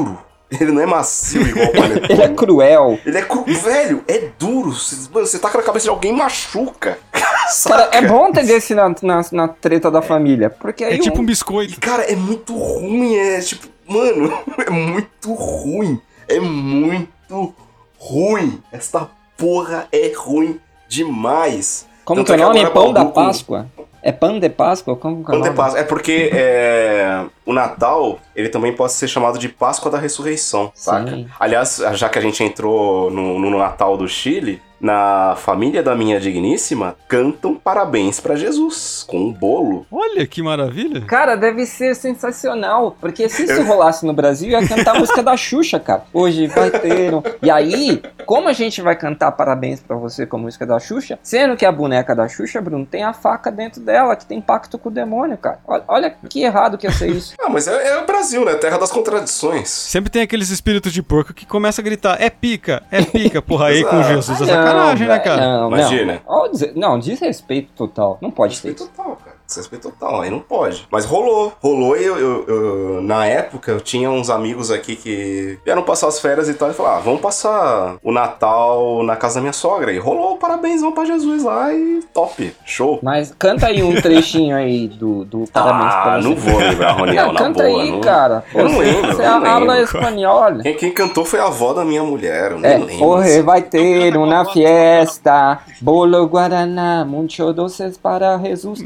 Ele não é macio igual o panetone. Ele é cruel. Ele é velho, é duro. Mano, você taca na cabeça de alguém e machuca. Cara, Saca? é bom ter desse na treta da família. Porque aí É tipo um biscoito. E, cara, é muito ruim, é tipo... Mano, é muito ruim. É muito ruim. Essa porra é ruim demais. Como Tanto que é o nome? agora Pão da Balduco- Páscoa? É pão de Páscoa? Como que é o Pão de nome? Páscoa. É porque o Natal, ele também pode ser chamado de Páscoa da Ressurreição, saca? Sim. Aliás, já que a gente entrou no Natal do Chile, na família da minha digníssima, cantam parabéns pra Jesus, com um bolo. Olha que maravilha. Cara, deve ser sensacional. Porque se isso rolasse no Brasil, ia cantar a música da Xuxa, cara. Hoje vai ter um... E aí, como a gente vai cantar parabéns pra você com a música da Xuxa? Sendo que a boneca da Xuxa, Bruno, tem a faca dentro dela, que tem pacto com o demônio, cara. Olha que errado que ia ser isso. Ah, mas é o Brasil, né? Terra das contradições. Sempre tem aqueles espíritos de porco que começam a gritar, é pica, porra, aí com Exato. Jesus é sacanagem, né, cara? Não, Imagina. Não, desrespeito total. Não pode ter Desrespeito isso. total, cara. Desrespeito total, aí não pode. Mas rolou. Rolou e eu na época, eu tinha uns amigos aqui que vieram passar as férias e tal, e falaram, vamos passar o Natal na casa da minha sogra. E rolou, parabéns, vamos pra Jesus lá e top, show. Mas canta aí um trechinho aí do parabéns pra você. Não vou lembrar, Roniel, Não, na canta boa. aí, não... cara. Pô, Eu não lembro, Você eu não habla lembro. espanhol. Quem cantou foi a avó da minha mulher, eu nem lembro. Hoje vai ter uma fiesta, bolo guaraná, mucho doces para Jesus.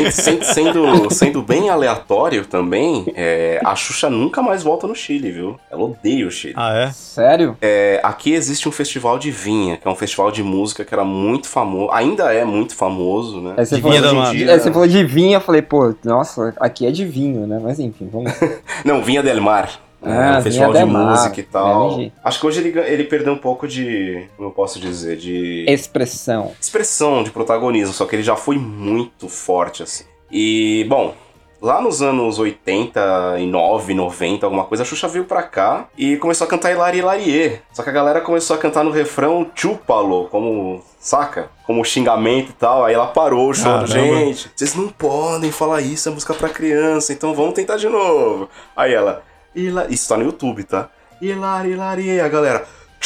Sendo bem aleatório também, a Xuxa nunca mais volta no Chile, viu? Ela odeia o Chile. Ah, é? Sério? Aqui existe um festival de vinha, que é um festival de música que era muito famoso, ainda é muito famoso, né? Aí você De falou vinha da Hoje em mata. dia- Você falou de vinho, eu falei, pô, nossa, aqui é de vinho, né? Mas enfim, vamos. Não, Vinha del Mar. Ah, Um festival Vinha de del Mar. música e tal. Entendi. Acho que hoje ele perdeu um pouco de, como eu posso dizer, de Expressão. expressão, de protagonismo, só que ele já foi muito forte, assim. E, bom, lá nos anos 89, 90, alguma coisa, a Xuxa veio pra cá e começou a cantar Hilari Hilarie. Só que a galera começou a cantar no refrão Chúpalo, como, saca? Como xingamento e tal. Aí ela parou o show. Caramba. Gente, vocês não podem falar isso, é música pra criança, então vamos tentar de novo. Aí ela, isso tá no YouTube, tá? Hilari Hilarie, a galera,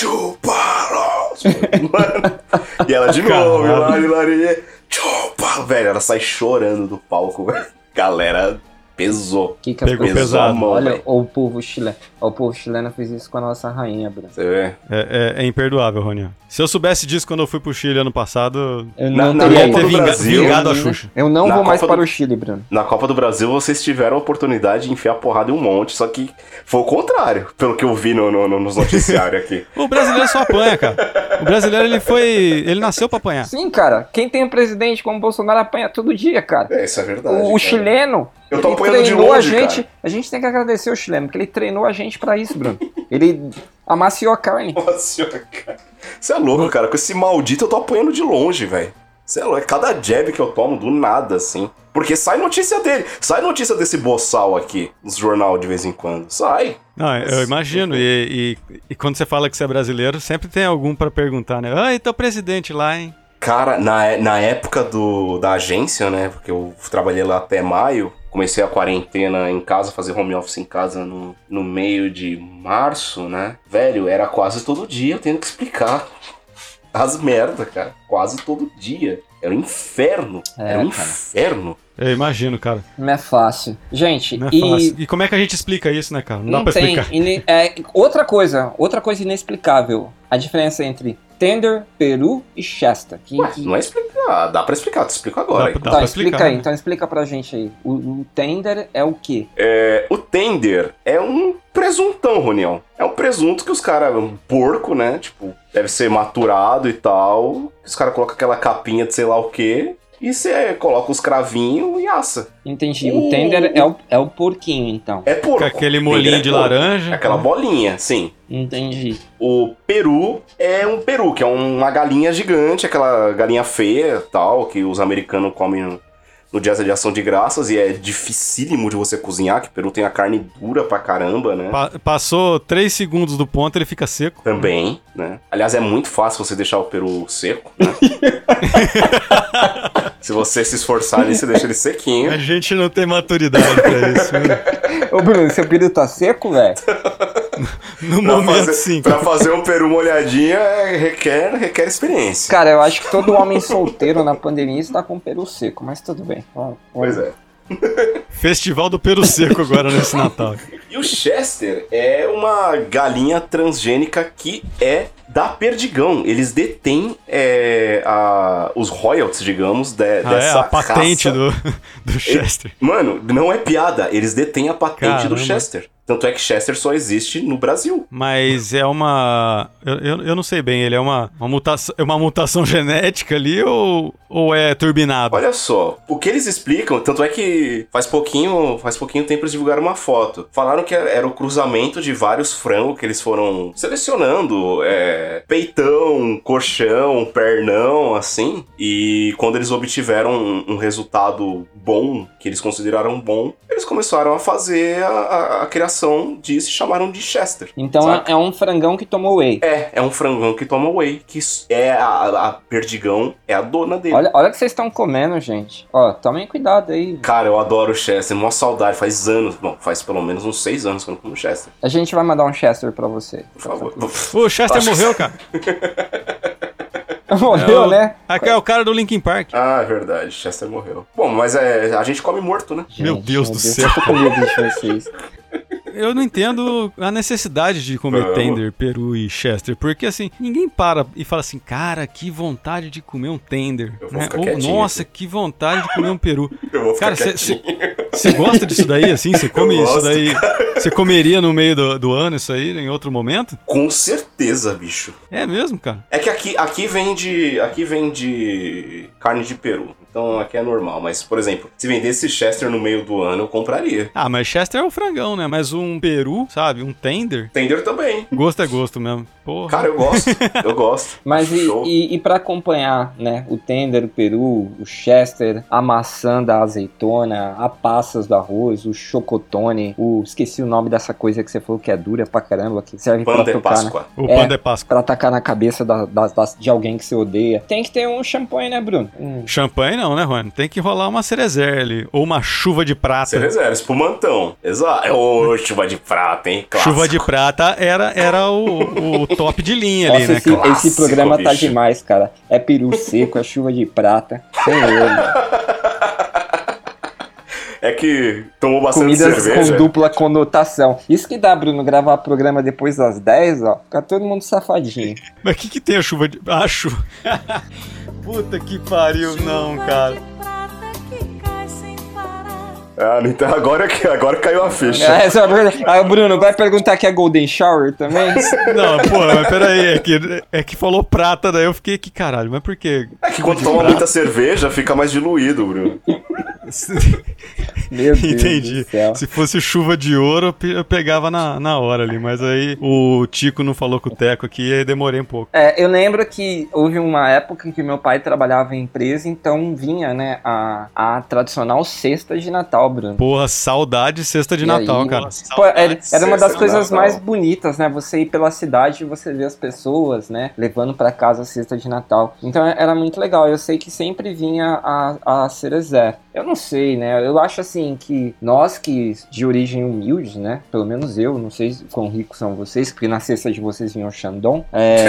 Chúpalo! Mano, e ela de novo, Hilari Hilarie, Chúpalo! Velho, ela sai chorando do palco, velho. Galera pesou. Que Pegou as pesado. a mão, Olha, velho. o povo chileno. O povo chileno fez isso com a nossa rainha, Bruno. Você vê? É imperdoável, Rony. Se eu soubesse disso quando eu fui pro Chile ano passado, Eu Na- não na eu teria ia Copa ter do Brasil, vingado a Xuxa. Eu não Na vou mais Copa para do- o Chile, Bruno. Na Copa do Brasil vocês tiveram a oportunidade de enfiar porrada em um monte, só que foi o contrário, pelo que eu vi nos noticiários aqui. O brasileiro só apanha, cara. O brasileiro, ele nasceu pra apanhar. Sim, cara. Quem tem um presidente como Bolsonaro apanha todo dia, cara. Isso é verdade. O cara. chileno, Eu tô ele apoiando de treinou longe, a gente. cara. A gente tem que agradecer o chileno, porque ele treinou a gente pra isso, Bruno. Ele amaciou a carne. Nossa senhora, cara. Você é louco, cara. Com esse maldito eu tô apanhando de longe, velho. Você é louco. É cada jab que eu tomo do nada, assim. Porque sai notícia dele. Sai notícia desse boçal aqui, nos jornal de vez em quando. Sai. Não, eu imagino. E quando você fala que você é brasileiro, sempre tem algum pra perguntar, né? Ah, e teu presidente lá, hein? Cara, na época da agência, né? Porque eu trabalhei lá até maio. Comecei a quarentena em casa, fazer home office em casa no meio de março, né? Velho, era quase todo dia eu tendo que explicar as merdas, cara. Quase todo dia. Era um inferno. Era um cara. inferno. Eu imagino, cara. Não é fácil. Gente, Não é fácil. E como é que a gente explica isso, né, cara? Não dá pra tem. explicar. Outra coisa inexplicável. A diferença entre Tender, Peru e Shasta. Não é explicar. Dá pra explicar. Te explico agora. Dá aí. pra- Então, explicar, explica aí. né? Então explica pra gente aí. O Tender é o quê? O tender é um presuntão, Roniel. É um presunto que os caras... Um porco, né? Tipo, deve ser maturado e tal. Os caras colocam aquela capinha de sei lá o quê. E você coloca os cravinhos e assa. Entendi. O Tender é o porquinho, então. É porco. Com aquele Tender molinho é de porco. laranja. Aquela bolinha, sim. Entendi. O peru é um peru, que é uma galinha gigante, aquela galinha feia tal, que os americanos comem no dia de ação de graças, e é dificílimo de você cozinhar, que o peru tem a carne dura pra caramba, né? Passou 3 segundos do ponto, ele fica seco. Também, né? Aliás, é muito fácil você deixar o peru seco, né? Se você se esforçar ali, você deixa ele sequinho. A gente não tem maturidade pra isso, né? Ô, Bruno, seu peru tá seco, velho? No momento, sim. Pra fazer um peru molhadinha requer experiência. Cara, eu acho que todo homem solteiro na pandemia está com peru seco, mas tudo bem. Pois é. Festival do peru seco agora nesse Natal. E o Chester é uma galinha transgênica que é da Perdigão. Eles detêm os royalties, digamos, dessa a patente raça. do Chester. Mano, não é piada. Eles detêm a patente Caramba. do Chester. Tanto é que Chester só existe no Brasil. Mas é uma... Eu não sei bem, ele é uma mutação genética ali ou é turbinado? Olha só, o que eles explicam, tanto é que faz pouquinho tempo eles divulgaram uma foto. Falaram que era o cruzamento de vários frangos que eles foram selecionando, peitão, coxão, pernão, assim. E quando eles obtiveram um resultado bom, que eles consideraram bom, eles começaram a fazer a criação disso e chamaram de Chester. Então é um frangão que tomou whey. É um frangão que toma whey, que é a Perdigão, é a dona dele. Olha o que vocês estão comendo, gente. Ó, tomem cuidado aí. Cara, eu adoro o Chester, mó saudade, faz anos, bom, faz pelo menos uns 6 anos que eu não como Chester. A gente vai mandar um Chester pra você. Por favor. O Chester morreu, cara. Morreu, né? Aqui é o cara do Linkin Park. Ah, é verdade, Chester morreu. Bom, mas a gente come morto, né? Meu Deus do céu. Eu tô com medo de vocês. Eu não entendo a necessidade de comer tender, peru e Chester, porque assim, ninguém para e fala assim, cara, que vontade de comer um tender, né? Ou, nossa, aqui. Que vontade de comer um peru. Eu vou ficar cara, você gosta disso daí, assim? Você come isso daí? Você comeria no meio do ano isso aí, em outro momento? Com certeza, bicho. É mesmo, cara? É que aqui vende carne de peru. Então aqui é normal, mas, por exemplo, se vendesse Chester no meio do ano, eu compraria. Ah, mas Chester é o frangão, né? Mas um peru, sabe? Um tender. Tender também. Gosto é gosto mesmo. Porra. Cara, eu gosto. Mas e pra acompanhar, né? O tender, o peru, o Chester, a maçã da azeitona, a passas do arroz, o chocotone, esqueci o nome dessa coisa que você falou que é dura pra caramba, que serve Pão pra de tocar, Páscoa. né? O pão de Páscoa. Pra atacar na cabeça de alguém que você odeia. Tem que ter um champanhe, né, Bruno? Champanhe não, né, Juan? Tem que rolar uma cerezer ali. Ou uma chuva de prata. Cerezer, espumantão. Exato. Ô, chuva de prata, hein? Clássico. Chuva de prata era o top de linha ali, né? Esse programa tá bicho. demais, cara. É peru seco, é chuva de prata. Senhor. É que tomou bastante Comidas cerveja. com dupla conotação. Isso que dá, Bruno, gravar programa depois das 10, ó. Fica todo mundo safadinho. Mas o que tem a chuva de... Ah, chuva... Puta que pariu, não, cara. Ah, então agora caiu a ficha. Bruno, vai perguntar que é Golden Shower também? Não, pô, mas peraí, é que falou prata, daí eu fiquei, que caralho, mas por quê? É que quando toma muita cerveja, fica mais diluído, Bruno. Meu Deus Entendi. do céu. Se fosse chuva de ouro, eu pegava na hora ali, mas aí o Tico não falou com o Teco aqui e aí demorei um pouco. Eu lembro que houve uma época em que meu pai trabalhava em empresa, então vinha, né, a tradicional cesta de Natal, Bruno. Porra, saudade de cesta de Natal, aí, cara. Pô, era uma das de coisas Natal. mais bonitas, né? Você ir pela cidade e você ver as pessoas, né, levando pra casa a cesta de Natal. Então era muito legal. Eu sei que sempre vinha a cerezer. Eu não sei, né? Eu acho assim que nós que de origem humilde, né? Pelo menos eu, não sei quão ricos são vocês, porque na cesta de vocês vinha o Xandão.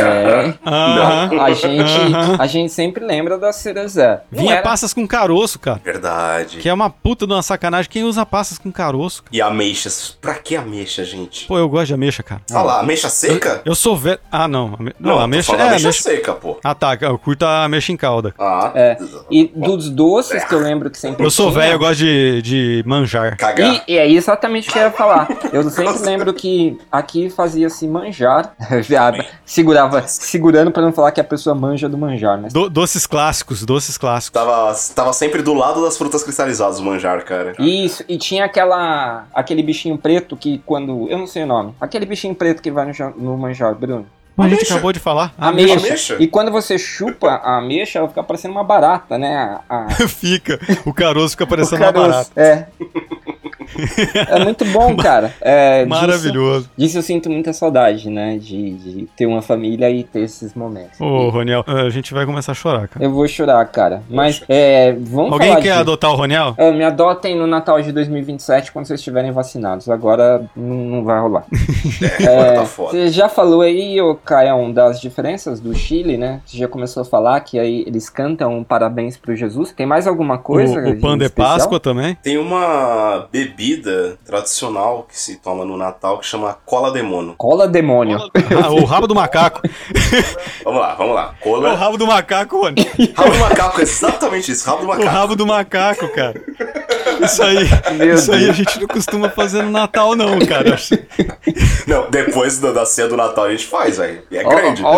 A gente sempre lembra da cerezer. Vinha passas com caroço, cara. Verdade. Que é uma puta de uma sacanagem. Quem usa passas com caroço? Cara? E ameixas. Pra que ameixa, gente? Pô, eu gosto de ameixa, cara. Olha lá, ameixa seca? Eu sou velho. Ah, não. Não, ameixa tô falando ameixa ameixa seca, pô. Ah, tá. Eu curto a ameixa em calda. Ah, E dos doces que eu lembro que sempre Eu sou tinha, velho, eu gosto de manjar. cagar. E é exatamente o que eu ia falar. Eu sempre lembro que aqui fazia-se manjar. Segurando pra não falar que a pessoa manja do manjar, né? Doces clássicos. Tava sempre do lado das frutas cristalizadas, o manjar, cara. Isso, e tinha aquele bichinho preto que quando... Eu não sei o nome. Aquele bichinho preto que vai no manjar, Bruno. Mas a gente acabou de falar. Ameixa. E quando você chupa a ameixa, ela fica parecendo uma barata, né? Fica. O caroço fica O parecendo uma caroço. barata. É. É muito bom, cara. Maravilhoso. Disso eu sinto muita saudade, né? De ter uma família e ter esses momentos. Ô, Roniel, a gente vai começar a chorar, cara. Eu vou chorar, cara. Mas, vamos Alguém falar quer adotar o Roniel? Me adotem no Natal de 2027 quando vocês estiverem vacinados. Agora não vai rolar. Agora tá foda. Você já falou aí, Caio, das diferenças do Chile, né? Você já começou a falar que aí eles cantam parabéns pro Jesus. Tem mais alguma coisa? O pão de especial? Páscoa também? Tem uma bebida tradicional que se toma no Natal que chama cola de mono. Cola demônio. O rabo do macaco. Vamos lá. É o Cola... rabo do macaco, Rony. Rabo do macaco, exatamente isso, rabo do O macaco. rabo do macaco, cara. Isso aí a gente não costuma fazer no Natal, não, cara. Não, depois da ceia do Natal a gente faz, velho. E é grande. Ó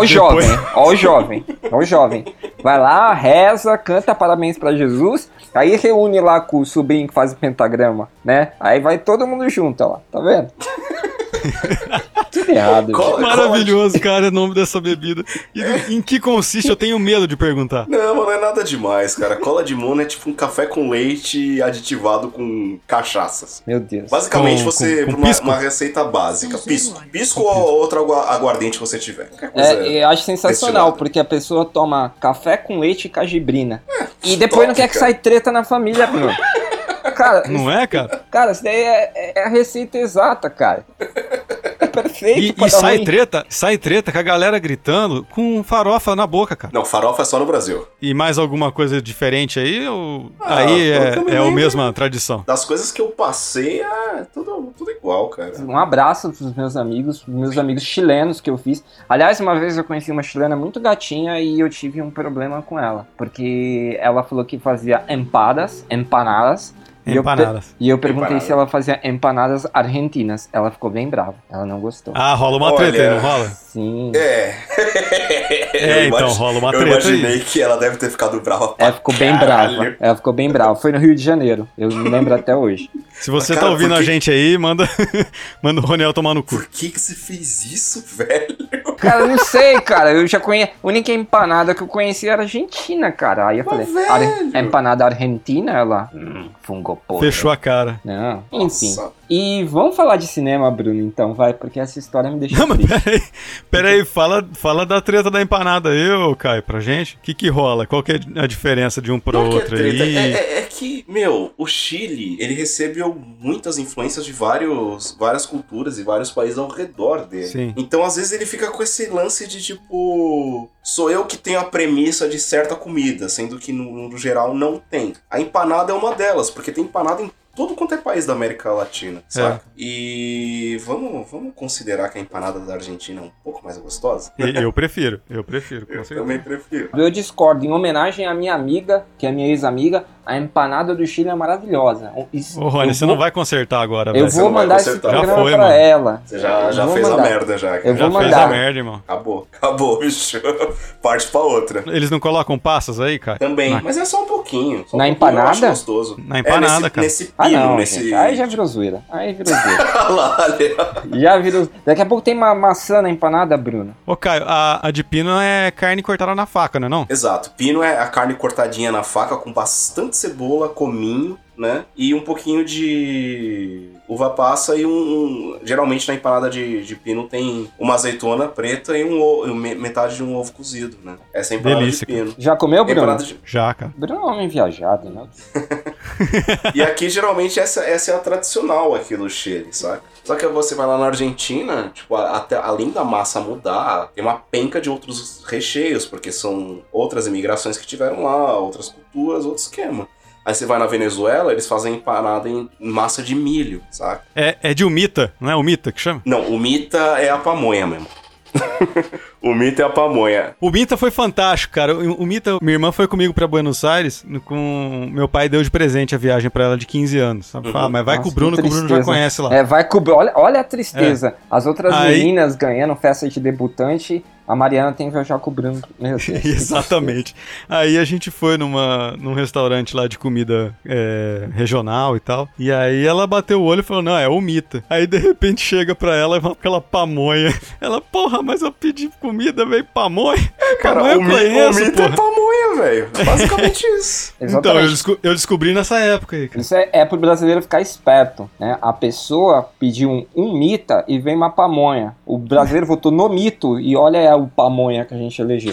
o jovem. Vai lá, reza, canta parabéns pra Jesus, aí reúne lá com o sobrinho que faz o pentagrama, né? Aí vai todo mundo junto, ó lá, tá vendo? Tudo errado. Maravilhoso, cara, o nome dessa bebida. E em que consiste? Eu tenho medo de perguntar. Não é nada demais, cara. Cola de mono é tipo um café com leite aditivado com cachaças. Meu Deus. Basicamente, Com pisco? uma receita básica. Pisco ou outro aguardente que você tiver. Eu acho sensacional, destilado. porque a pessoa toma café com leite e cajibrina. E depois top, não quer que cara. saia treta na família, Bruno. Cara, Não é, cara? cara, isso daí é a receita exata, cara. É perfeito pra E dar ruim. sai treta com a galera gritando com farofa na boca, cara. Não, farofa é só no Brasil. E mais alguma coisa diferente aí? Ou eu é também a lembro. mesma tradição? Das coisas que eu passei, tudo igual, cara. Um abraço pros meus amigos chilenos que eu fiz. Aliás, uma vez eu conheci uma chilena muito gatinha e eu tive um problema com ela. Porque ela falou que fazia empanadas. Empanadas. E eu perguntei Empanadas. se ela fazia empanadas argentinas. Ela ficou bem brava. Ela não gostou. Ah, rola uma treta aí, não rola? Sim. Então, rola uma eu treta imaginei aí. que ela deve ter ficado brava pra Ela ficou bem caralho. brava. Ela ficou bem brava. Foi no Rio de Janeiro. Eu me lembro até hoje. Se você Cara, tá ouvindo por a que- gente aí, manda o Roniel tomar no cu. Por que você fez isso, velho? Cara, eu não sei, cara. Eu já conheço. A única empanada que eu conheci era argentina, cara. Aí eu falei, velho. empanada argentina? Ela. Fungo podre. Fechou a cara. Não, enfim. Nossa. E vamos falar de cinema, Bruno, então, vai, porque essa história me deixa Não, mas triste. peraí, fala da treta da empanada aí, ô Caio, pra gente. O que rola? Qual que é a diferença de um pro Não que é outro treta, aí? é que, o Chile, ele recebeu muitas influências de várias culturas e vários países ao redor dele. Sim. Então, às vezes, ele fica com esse lance de, tipo, sou eu que tenho a premissa de certa comida, sendo que, no geral, não tem. A empanada é uma delas, porque tem empanada em todo quanto é país da América Latina, saca? E vamos considerar que a empanada da Argentina é um pouco mais gostosa? Eu prefiro, com Eu certeza. também prefiro. Eu discordo. Em homenagem à minha amiga, que é minha ex-amiga, a empanada do Chile é maravilhosa. Ô, Rony, você não vai consertar agora, Eu velho. Você vou não vai mandar esse consertar. Já programa foi, pra mano. ela. Você já Eu vou fez mandar. a merda já. Eu Já vou fez a mandar. merda, irmão. Acabou, bicho. Parte pra outra. Eles não colocam passas aí, Caio? Também, Na- mas é só um pouquinho. Só um Na pouquinho, empanada? Eu acho gostoso. Na empanada, nesse, cara. Nesse Ah, pino, não, nesse... gente. Aí já virou zoeira. Aí virou zoeira. Olha. Já virou... Daqui a pouco tem uma maçã na empanada, Bruno. Ô, Caio, a de pino é carne cortada na faca, não é não? Exato. Pino é a carne cortadinha na faca com bastante cebola, cominho, né? E um pouquinho de uva passa e geralmente na empanada de pino tem uma azeitona preta e metade de um ovo cozido, né? Essa é a empanada Delícia, de pino. Já comeu, Bruno? Empanada de... Já, cara. Bruno é um homem viajado, né? E aqui, geralmente, essa é a tradicional aqui do Chile, sabe? Só que você vai lá na Argentina, tipo, até, além da massa mudar, tem uma penca de outros recheios, porque são outras imigrações que tiveram lá, outras culturas, outro esquema. Aí você vai na Venezuela, eles fazem empanada em massa de milho, sabe? É de umita, não é umita que chama? Não, o mita é a pamonha mesmo. O mita é a pamonha. O Mita foi fantástico, cara. O Mita, minha irmã foi comigo pra Buenos Aires, com meu pai deu de presente a viagem pra ela de 15 anos. Sabe? Fala, mas vai Nossa, com o Bruno, que que o Bruno já tristeza. conhece lá. É, vai com... Olha a tristeza. As outras Aí- meninas ganhando festa de debutante, a Mariana tem que viajar com o Bruno. Meu Deus. Exatamente. Aí a gente foi num restaurante lá de comida regional e tal. E aí ela bateu o olho e falou, não, é o Mita. Aí de repente chega pra ela aquela pamonha. Ela, porra, mas eu pedi comida, veio pamonha. Cara, Pamonha eu conheço, o mita é porra. pamonha, velho. Basicamente isso. Então, Exatamente. eu descobri nessa época aí, cara. Isso é pro brasileiro ficar esperto, né? A pessoa pediu um mita e vem uma pamonha. O brasileiro votou no mito e olha o pamonha que a gente elegeu.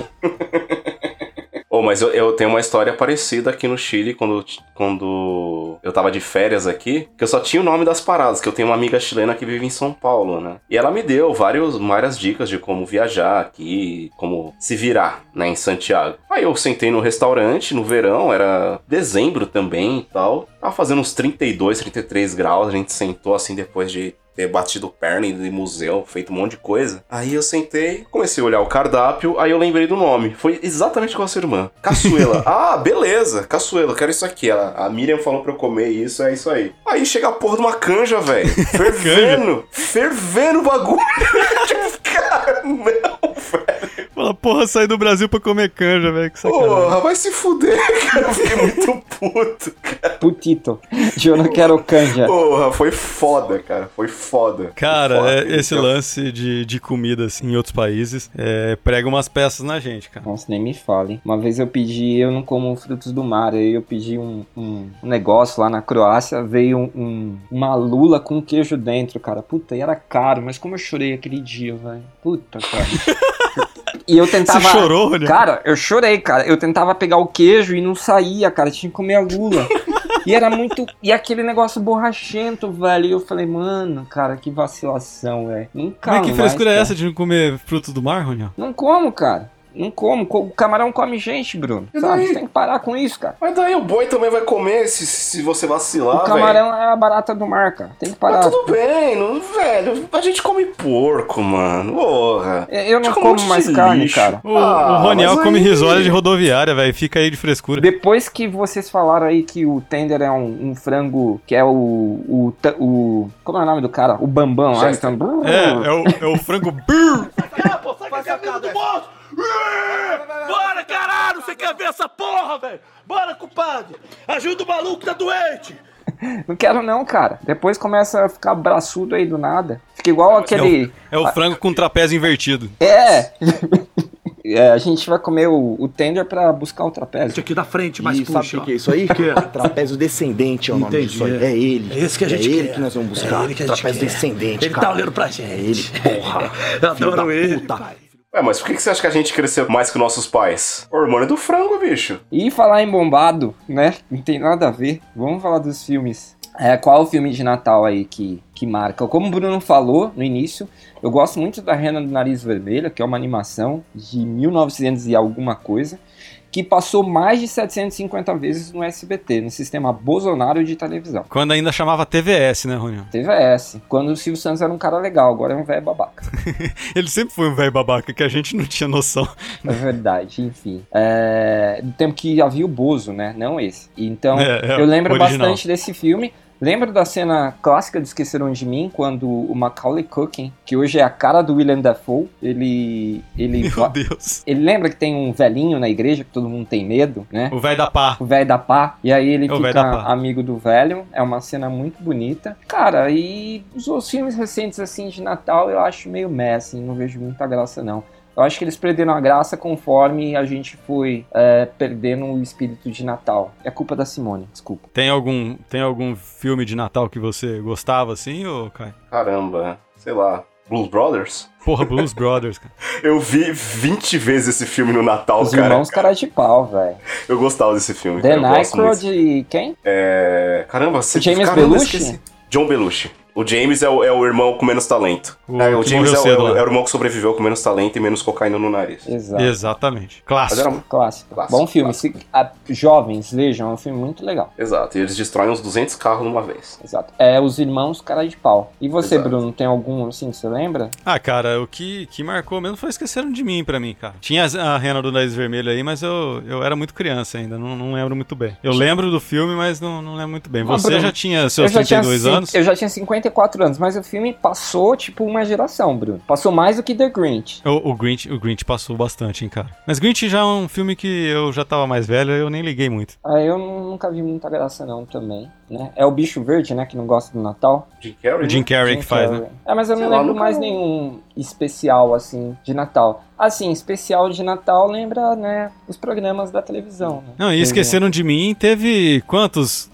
Mas eu tenho uma história parecida aqui no Chile, quando eu tava de férias aqui, que eu só tinha o nome das paradas, que eu tenho uma amiga chilena que vive em São Paulo, né? E ela me deu várias dicas de como viajar aqui, como se virar, né, em Santiago. Aí eu sentei no restaurante, no verão, era dezembro também e tal. Tava fazendo uns 32, 33 graus, a gente sentou assim depois de ter batido perna de museu, feito um monte de coisa. Aí eu sentei, comecei a olhar o cardápio, aí eu lembrei do nome. Foi exatamente com a sua irmã. Caçuela. Ah, beleza, caçuela, eu quero isso aqui. A Miriam falou pra eu comer isso, é isso aí. Aí chega a porra de uma canja, velho. Fervendo o bagulho. Tipo, cara, não, velho. Fala, porra, saí do Brasil pra comer canja, velho. Que sacanagem. Porra, vai se fuder, cara. Eu fiquei muito puto, cara. Putito. Eu não quero canja. Porra, foi foda, cara. Foi foda. Cara, Foi foda. esse lance de comida, assim, em outros países, prega umas peças na gente, cara. Nossa, nem me fale. Uma vez eu não como frutos do mar, aí eu pedi um negócio lá na Croácia, veio uma lula com queijo dentro, cara. Puta, e era caro, mas como eu chorei aquele dia, velho. Puta, cara. E eu tentava... Você chorou, né? Cara, eu chorei, cara. Eu tentava pegar o queijo e não saía, cara. Tinha que comer a lula. E era muito... E aquele negócio borrachento, velho. E eu falei, mano, cara, que vacilação, velho. Como é que frescura é essa de não comer frutos do mar, Roniel? Não como, cara. Não como. O camarão come gente, Bruno. Sabe? Você tem que parar com isso, cara. Mas daí o boi também vai comer se você vacilar, velho. O camarão é a barata do mar, cara. Tem que parar. Mas tudo bem, velho. A gente come porco, mano. Porra. Eu não como mais carne, cara. O Roniel come risória de rodoviária, velho. Fica aí de frescura. Depois que vocês falaram aí que o tender é um frango que é o como é o nome do cara? O Bambam lá. Então... É o frango... Bora, caralho! Você quer ver essa porra, velho? Bora, compadre! Ajuda o maluco que tá doente! Não quero não, cara. Depois começa a ficar braçudo aí do nada. Fica igual aquele... É o frango com trapézio invertido. A gente vai comer o tender pra buscar o trapézio. Aqui da frente, mais puxa. Sabe o que é isso aí? Trapézio descendente é o nome disso aí. É ele. É esse que a gente quer. É quer. ele que nós vamos buscar. É ele que a gente trapézio quer. descendente, ele cara. Tá olhando pra gente. É ele, porra. Eu adoro ele, pai. Mas por que você acha que a gente cresceu mais que nossos pais? O hormônio do frango, bicho. E falar em bombado, né? Não tem nada a ver. Vamos falar dos filmes. Qual é o filme de Natal aí que marca? Como o Bruno falou no início, eu gosto muito da Rena do Nariz Vermelho, que é uma animação de 1900 e alguma coisa, que passou mais de 750 vezes no SBT, no sistema Bolsonaro de televisão. Quando ainda chamava TVS, né, Roniel? TVS. Quando o Silvio Santos era um cara legal, agora é um velho babaca. Ele sempre foi um velho babaca, que a gente não tinha noção. É verdade, enfim. Do tempo que havia o Bozo, né? Não esse. Então, eu lembro original. bastante desse filme. Lembro da cena clássica de Esqueceram de Mim, quando o Macaulay Culkin, que hoje é a cara do Willem Dafoe, ele Meu Deus. Ele lembra que tem um velhinho na igreja, que todo mundo tem medo, né? O velho da pá. O velho da pá. E aí ele É o velho fica da pá. amigo do velho. É uma cena muito bonita. Cara, e os filmes recentes, assim, de Natal, eu acho meio meh, assim, não vejo muita graça, não. Eu acho que eles perderam a graça conforme a gente foi perdendo o espírito de Natal. É culpa da Simone, desculpa. Tem algum filme de Natal que você gostava, assim, ou Kai? Caramba, sei lá. Blues Brothers? Porra, Blues Brothers, cara. Eu vi 20 vezes esse filme no Natal, Os cara. irmãos cara de pau, velho. Eu gostava desse filme. Dan cara, eu gosto Aykroyd muito. e quem? Caramba, você... James Caramba, Belushi? esqueci. John Belushi. O James é o irmão com menos talento. O O que James morreu cedo lá. é o irmão que sobreviveu com menos talento e menos cocaína no nariz. Exato. Exatamente. Mas Clássico. era... Clássico. Clássico, Bom filme. clássico. Jovens, vejam, é um filme muito legal. Exato, e eles destroem uns 200 carros numa vez. Exato. Os irmãos cara de pau. E você, Exato. Bruno, tem algum assim que você lembra? Ah, cara, o que marcou mesmo foi Esqueceram de Mim pra mim, cara. Tinha a Rena do Nariz Vermelho aí, mas eu era muito criança ainda, não lembro muito bem. Eu lembro do filme, mas não lembro muito bem. Você Bruno, já tinha seus 32 anos? Eu já tinha 54 anos, mas o filme passou, tipo, uma geração, Bruno. Passou mais do que The Grinch. O Grinch passou bastante, hein, cara. Mas Grinch já é um filme que eu já tava mais velho, eu nem liguei muito. Eu nunca vi muita graça não, também. né? É o bicho verde, né, que não gosta do Natal. Jim Carrey? O Jim Carrey que faz, né? Mas eu não lembro mais nenhum especial, assim, de Natal. Assim, especial de Natal lembra, né, os programas da televisão. Né? Não, e Esqueceram de Mim teve quantos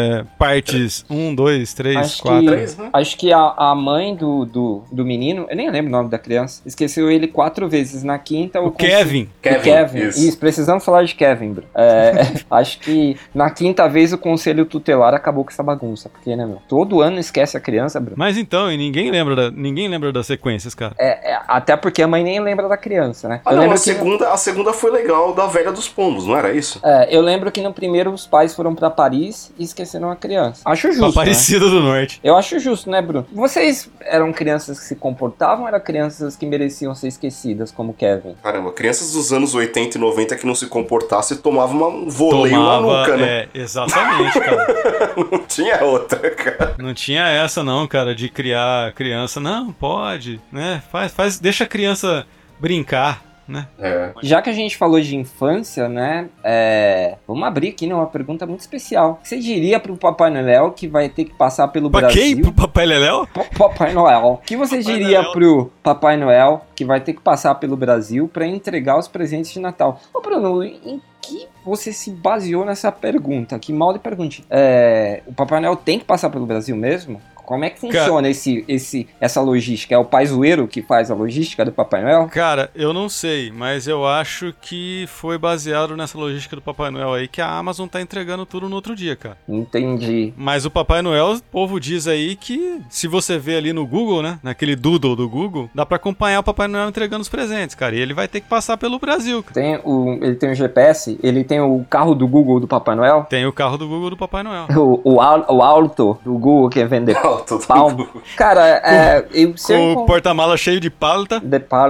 partes? 1, 2, 3, 4? Acho que a mãe do menino, eu nem lembro o nome da criança, esqueceu ele 4 vezes. Na quinta... O Kevin. Kevin. Isso, precisamos falar de Kevin, bro. Acho que na quinta vez o conselho tutelar acabou com essa bagunça, porque, né, meu? Todo ano esquece a criança, bro. Mas então, e ninguém lembra das sequências, cara. Até porque a mãe nem lembra da criança, né? A segunda foi legal, da Velha dos Pombos, não era isso? Eu lembro que no primeiro os pais foram pra Paris e esqueceram a criança. Acho justo, Aparecida, né? Do Norte. Eu acho justo, né, Bruno? Vocês eram crianças que se comportavam ou eram crianças que mereciam ser esquecidas, como Kevin? Caramba, crianças dos anos 80 e 90 que não se comportassem tomavam um voleio na nuca, né? Exatamente, cara. Não tinha outra, cara. Não tinha essa não, cara, de criar criança. Não, pode, né? Deixa a criança brincar, né? Já que a gente falou de infância, né? Vamos abrir aqui, né, uma pergunta muito especial. O que você diria pro Papai Noel que vai ter que passar pelo Brasil? Pra quem? Pro Papai Noel? Papai Noel. O que você diria pro Papai Noel que vai ter que passar pelo Brasil pra entregar os presentes de Natal? Ô, Bruno, em que você se baseou nessa pergunta? Que mal de pergunta. O Papai Noel tem que passar pelo Brasil mesmo? Como é que funciona essa logística? É o pai zoeiro que faz a logística do Papai Noel? Cara, eu não sei, mas eu acho que foi baseado nessa logística do Papai Noel aí que a Amazon tá entregando tudo no outro dia, cara. Entendi. Mas o Papai Noel, o povo diz aí que se você vê ali no Google, né, naquele doodle do Google, dá pra acompanhar o Papai Noel entregando os presentes, cara. E ele vai ter que passar pelo Brasil. Ele tem o GPS? Ele tem o carro do Google do Papai Noel? Tem o carro do Google do Papai Noel. O alto do Google que vende palmo. Cara, com o porta-mala cheio de palta.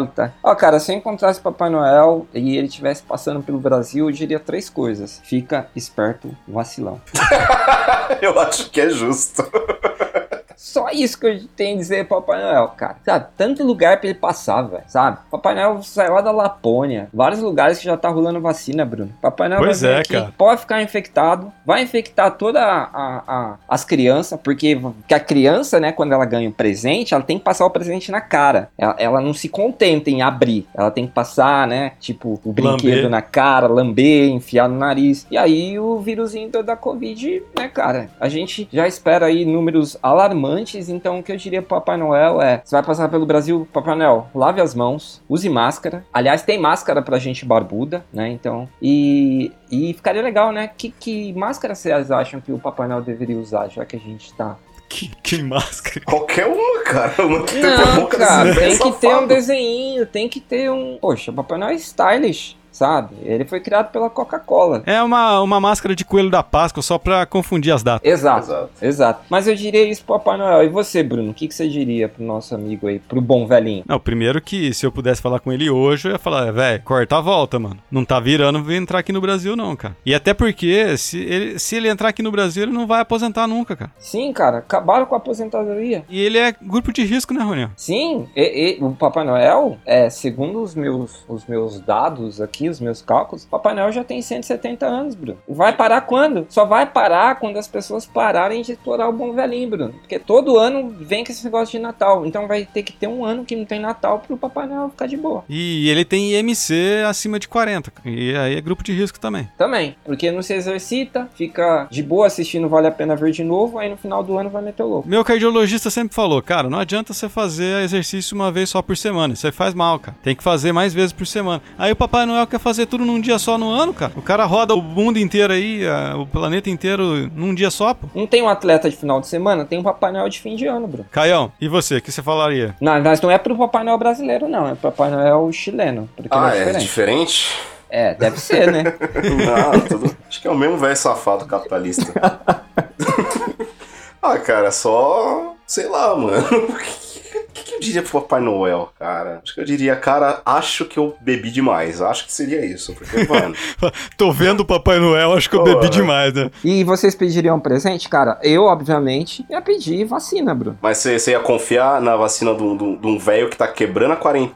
Ó, cara, se eu encontrasse Papai Noel e ele estivesse passando pelo Brasil, eu diria 3 coisas. Fica esperto, vacilão. Eu acho que é justo. Só isso que eu tenho a dizer pro Papai Noel, cara. Sabe, tanto lugar pra ele passar, velho, sabe? Papai Noel sai lá da Lapônia, vários lugares que já tá rolando vacina, Bruno. Papai Noel vai vir aqui, cara. Pode ficar infectado, vai infectar todas as crianças, porque a criança, né, quando ela ganha um presente, ela tem que passar o presente na cara. Ela não se contenta em abrir, ela tem que passar, né, tipo, o brinquedo na cara, lamber, enfiar no nariz. E aí o vírusinho da Covid, né, cara, a gente já espera aí números alarmantes. Então o que eu diria pro Papai Noel você vai passar pelo Brasil, Papai Noel, lave as mãos, use máscara. Aliás, tem máscara pra gente barbuda, né, então, e ficaria legal, né, que máscara vocês acham que o Papai Noel deveria usar, já que a gente tá... Que máscara? Qualquer uma, cara. Não, cara, tem que ter um desenho, tem que ter um... Poxa, o Papai Noel é stylish, sabe? Ele foi criado pela Coca-Cola. É uma máscara de coelho da Páscoa só pra confundir as datas. Exato. Mas eu diria isso pro Papai Noel. E você, Bruno? O que você diria pro nosso amigo aí, pro bom velhinho? Não, primeiro que se eu pudesse falar com ele hoje, eu ia falar, velho, corta a volta, mano. Não tá virando vir entrar aqui no Brasil, não, cara. E até porque, se ele entrar aqui no Brasil, ele não vai aposentar nunca, cara. Sim, cara. Acabaram com a aposentadoria. E ele é grupo de risco, né, Roniel? Sim. O Papai Noel, segundo os meus dados aqui, os meus cálculos, Papai Noel já tem 170 anos, Bruno. Vai parar quando? Só vai parar quando as pessoas pararem de explorar o bom velhinho, Bruno. Porque todo ano vem com esse negócio de Natal. Então vai ter que ter um ano que não tem Natal pro Papai Noel ficar de boa. E ele tem IMC acima de 40. E aí é grupo de risco também. Também. Porque não se exercita, fica de boa assistindo Vale a Pena Ver de novo, aí no final do ano vai meter o louco. Meu cardiologista sempre falou, cara, não adianta você fazer exercício uma vez só por semana. Isso aí faz mal, cara. Tem que fazer mais vezes por semana. Aí o Papai Noel quer fazer tudo num dia só no ano, cara. O cara roda o mundo inteiro aí, o planeta inteiro num dia só, pô. Não tem um atleta de final de semana, tem um Papai Noel de fim de ano, Bruno. Caião, e você? O que você falaria? Não, mas não é pro Papai Noel brasileiro, não. É pro Papai Noel chileno. Porque é diferente? É, deve ser, né? Não, acho que é o mesmo velho safado capitalista. Cara, só... Sei lá, mano. O que eu diria pro Papai Noel, cara? Acho que eu diria, cara, acho que eu bebi demais. Acho que seria isso, porque, mano... Tô vendo o Papai Noel, acho que eu bebi demais, né? E vocês pediriam um presente? Cara, eu, obviamente, ia pedir vacina, Bruno. Mas você ia confiar na vacina de um velho que tá quebrando a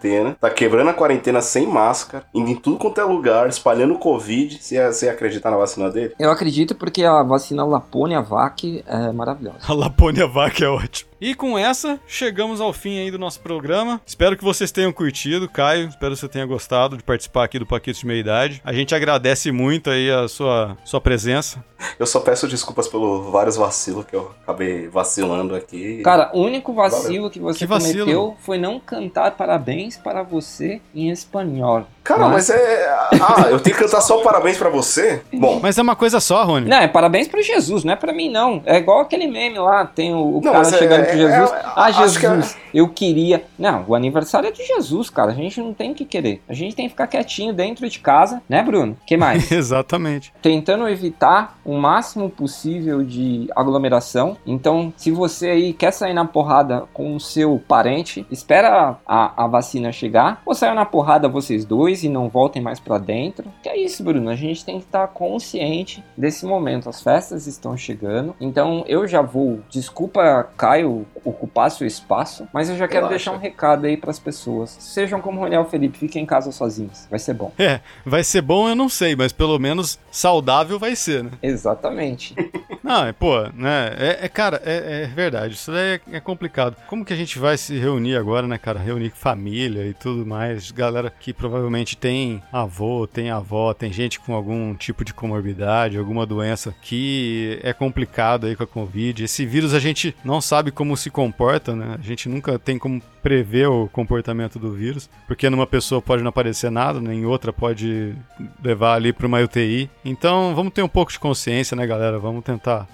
quarentena sem máscara, indo em tudo quanto é lugar, espalhando o Covid, você ia acreditar na vacina dele? Eu acredito porque a vacina Laponiavac é maravilhosa. A Laponiavac é ótimo. E com essa, chegamos ao fim aí do nosso programa. Espero que vocês tenham curtido, Caio. Espero que você tenha gostado de participar aqui do Paquitos de Meia Idade. A gente agradece muito aí a sua presença. Eu só peço desculpas pelos vários vacilos que eu acabei vacilando aqui. Cara, o único vacilo que você cometeu foi não cantar parabéns para você em espanhol. Cara, mas eu tenho que cantar só parabéns pra você? Bom. Mas é uma coisa só, Rony. Não, é parabéns pro Jesus, não é pra mim, não. É igual aquele meme lá, tem o cara chegando pro Jesus. Jesus, eu queria... Não, o aniversário é de Jesus, cara. A gente não tem o que querer. A gente tem que ficar quietinho dentro de casa, né, Bruno? O que mais? Exatamente. Tentando evitar o máximo possível de aglomeração. Então, se você aí quer sair na porrada com o seu parente, espera a vacina chegar, ou saiam na porrada vocês dois e não voltem mais pra dentro. Que é isso, Bruno, a gente tem que estar consciente desse momento. As festas estão chegando, então eu já vou, desculpa, Caio, ocupar seu espaço, mas eu já quero deixar um recado aí pras pessoas. Sejam como o Roniel Felipe, fiquem em casa sozinhos, vai ser bom. Vai ser bom eu não sei, mas pelo menos saudável vai ser, né? Exatamente. Não, pô, né, cara, é verdade, isso daí é complicado. Como que a gente vai se reunir agora, né, cara, reunir família e tudo mais, galera que provavelmente tem avô, tem avó, tem gente com algum tipo de comorbidade, alguma doença que é complicado aí com a Covid. Esse vírus a gente não sabe como se comporta, né? A gente nunca tem como prever o comportamento do vírus, porque numa pessoa pode não aparecer nada, né? Em outra pode levar ali para uma UTI. Então vamos ter um pouco de consciência, né, galera? Vamos tentar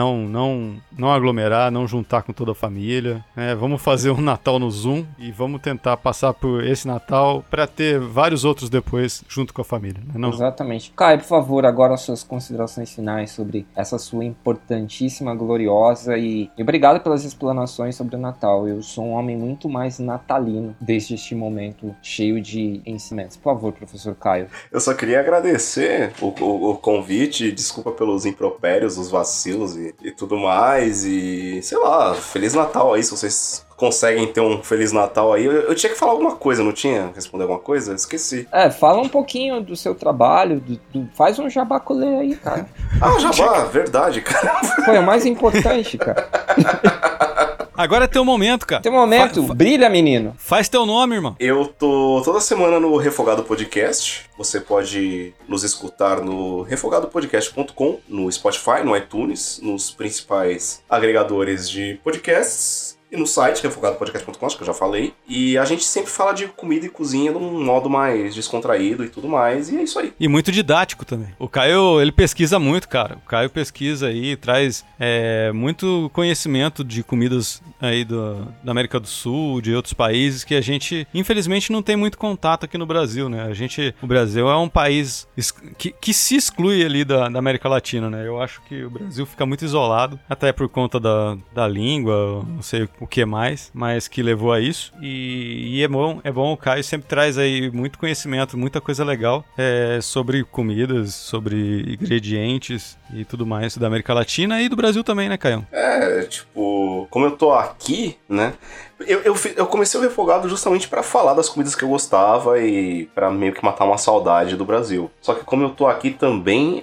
não aglomerar, não juntar com toda a família, né? Vamos fazer um Natal no Zoom e vamos tentar passar por esse Natal para ter vários outros depois junto com a família, né? Não? Exatamente. Caio, por favor, agora as suas considerações finais sobre essa sua importantíssima, gloriosa e obrigado pelas explanações sobre o Natal. Eu sou um homem muito mais natalino desde este momento cheio de ensinamentos. Por favor, professor Caio. Eu só queria agradecer o convite, desculpa pelos impropérios, os vacilos e tudo mais, e sei lá, Feliz Natal aí, se vocês conseguem ter um Feliz Natal aí. Eu tinha que falar alguma coisa, não tinha? Responder alguma coisa? Esqueci. Fala um pouquinho do seu trabalho, faz um jabaculê aí, cara. Jabá, verdade, cara. Foi o mais importante, cara. Agora é teu momento, cara. Teu momento, brilha, menino. Faz teu nome, irmão. Eu tô toda semana no Refogado Podcast. Você pode nos escutar no refogadopodcast.com, no Spotify, no iTunes, nos principais agregadores de podcasts. E no site, refogadopodcast.com, acho que eu já falei. E a gente sempre fala de comida e cozinha de um modo mais descontraído e tudo mais. E é isso aí. E muito didático também. O Caio, ele pesquisa muito, cara. O Caio pesquisa aí, traz muito conhecimento de comidas aí da América do Sul, de outros países que a gente, infelizmente, não tem muito contato aqui no Brasil, né? O Brasil é um país que se exclui ali da América Latina, né? Eu acho que o Brasil fica muito isolado, até por conta da língua, não sei o que mais, mas que levou a isso. E é bom, o Caio sempre traz aí muito conhecimento, muita coisa legal sobre comidas, sobre ingredientes e tudo mais da América Latina e do Brasil também, né, Caio? Como eu tô aqui, né, eu comecei o Refogado justamente pra falar das comidas que eu gostava e pra meio que matar uma saudade do Brasil. Só que como eu tô aqui também,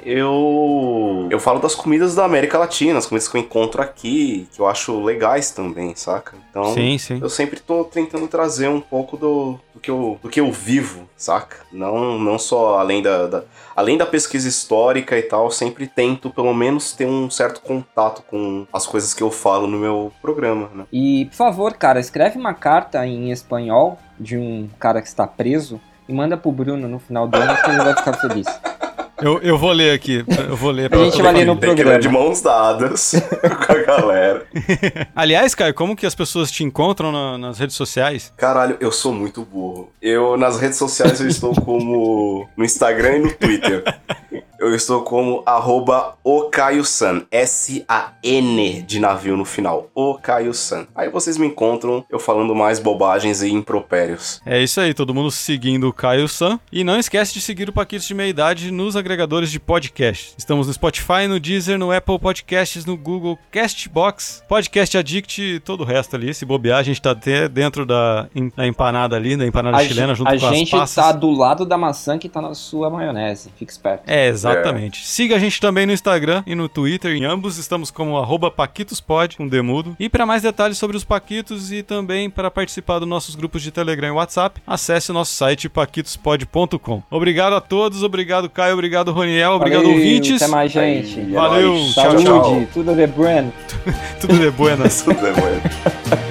eu falo das comidas da América Latina, as comidas que eu encontro aqui, que eu acho legais também, saca? Então, sim. Eu sempre tô tentando trazer um pouco do que eu vivo, saca? Não só além da pesquisa histórica e tal, sempre tento pelo menos ter um certo contato com as coisas que eu falo no meu programa, né? E, por favor, cara, escreve uma carta em espanhol de um cara que está preso e manda pro Bruno no final do ano que ele vai ficar feliz. Eu vou ler aqui. A gente vai ler no programa. De mãos dadas com a galera. Aliás, Caio, como que as pessoas te encontram nas redes sociais? Caralho, eu sou muito burro. Nas redes sociais eu estou como no Instagram e no Twitter. Eu estou como @ocaiosan, S-A-N de navio no final, ocaiosan. Aí vocês me encontram eu falando mais bobagens e impropérios. É isso aí, todo mundo seguindo o Caio San. E não esquece de seguir o Paquitos de Meia Idade nos agregadores de podcast. Estamos no Spotify, no Deezer, no Apple Podcasts, no Google Castbox, Podcast Addict, todo o resto ali. Se bobear, a gente tá até dentro da empanada ali, da empanada chilena, junto com as passas. A gente tá do lado da maçã que tá na sua maionese, fique esperto. É, exatamente. Siga a gente também no Instagram e no Twitter, em ambos estamos como @paquitospod, com demudo. E para mais detalhes sobre os Paquitos e também para participar dos nossos grupos de Telegram e WhatsApp, acesse o nosso site paquitospod.com. Obrigado a todos, obrigado Caio, obrigado Roniel, obrigado ouvintes. Até mais, gente. Valeu, tchau, tchau. Tudo de bueno. Tudo de buenas. Tudo é bueno.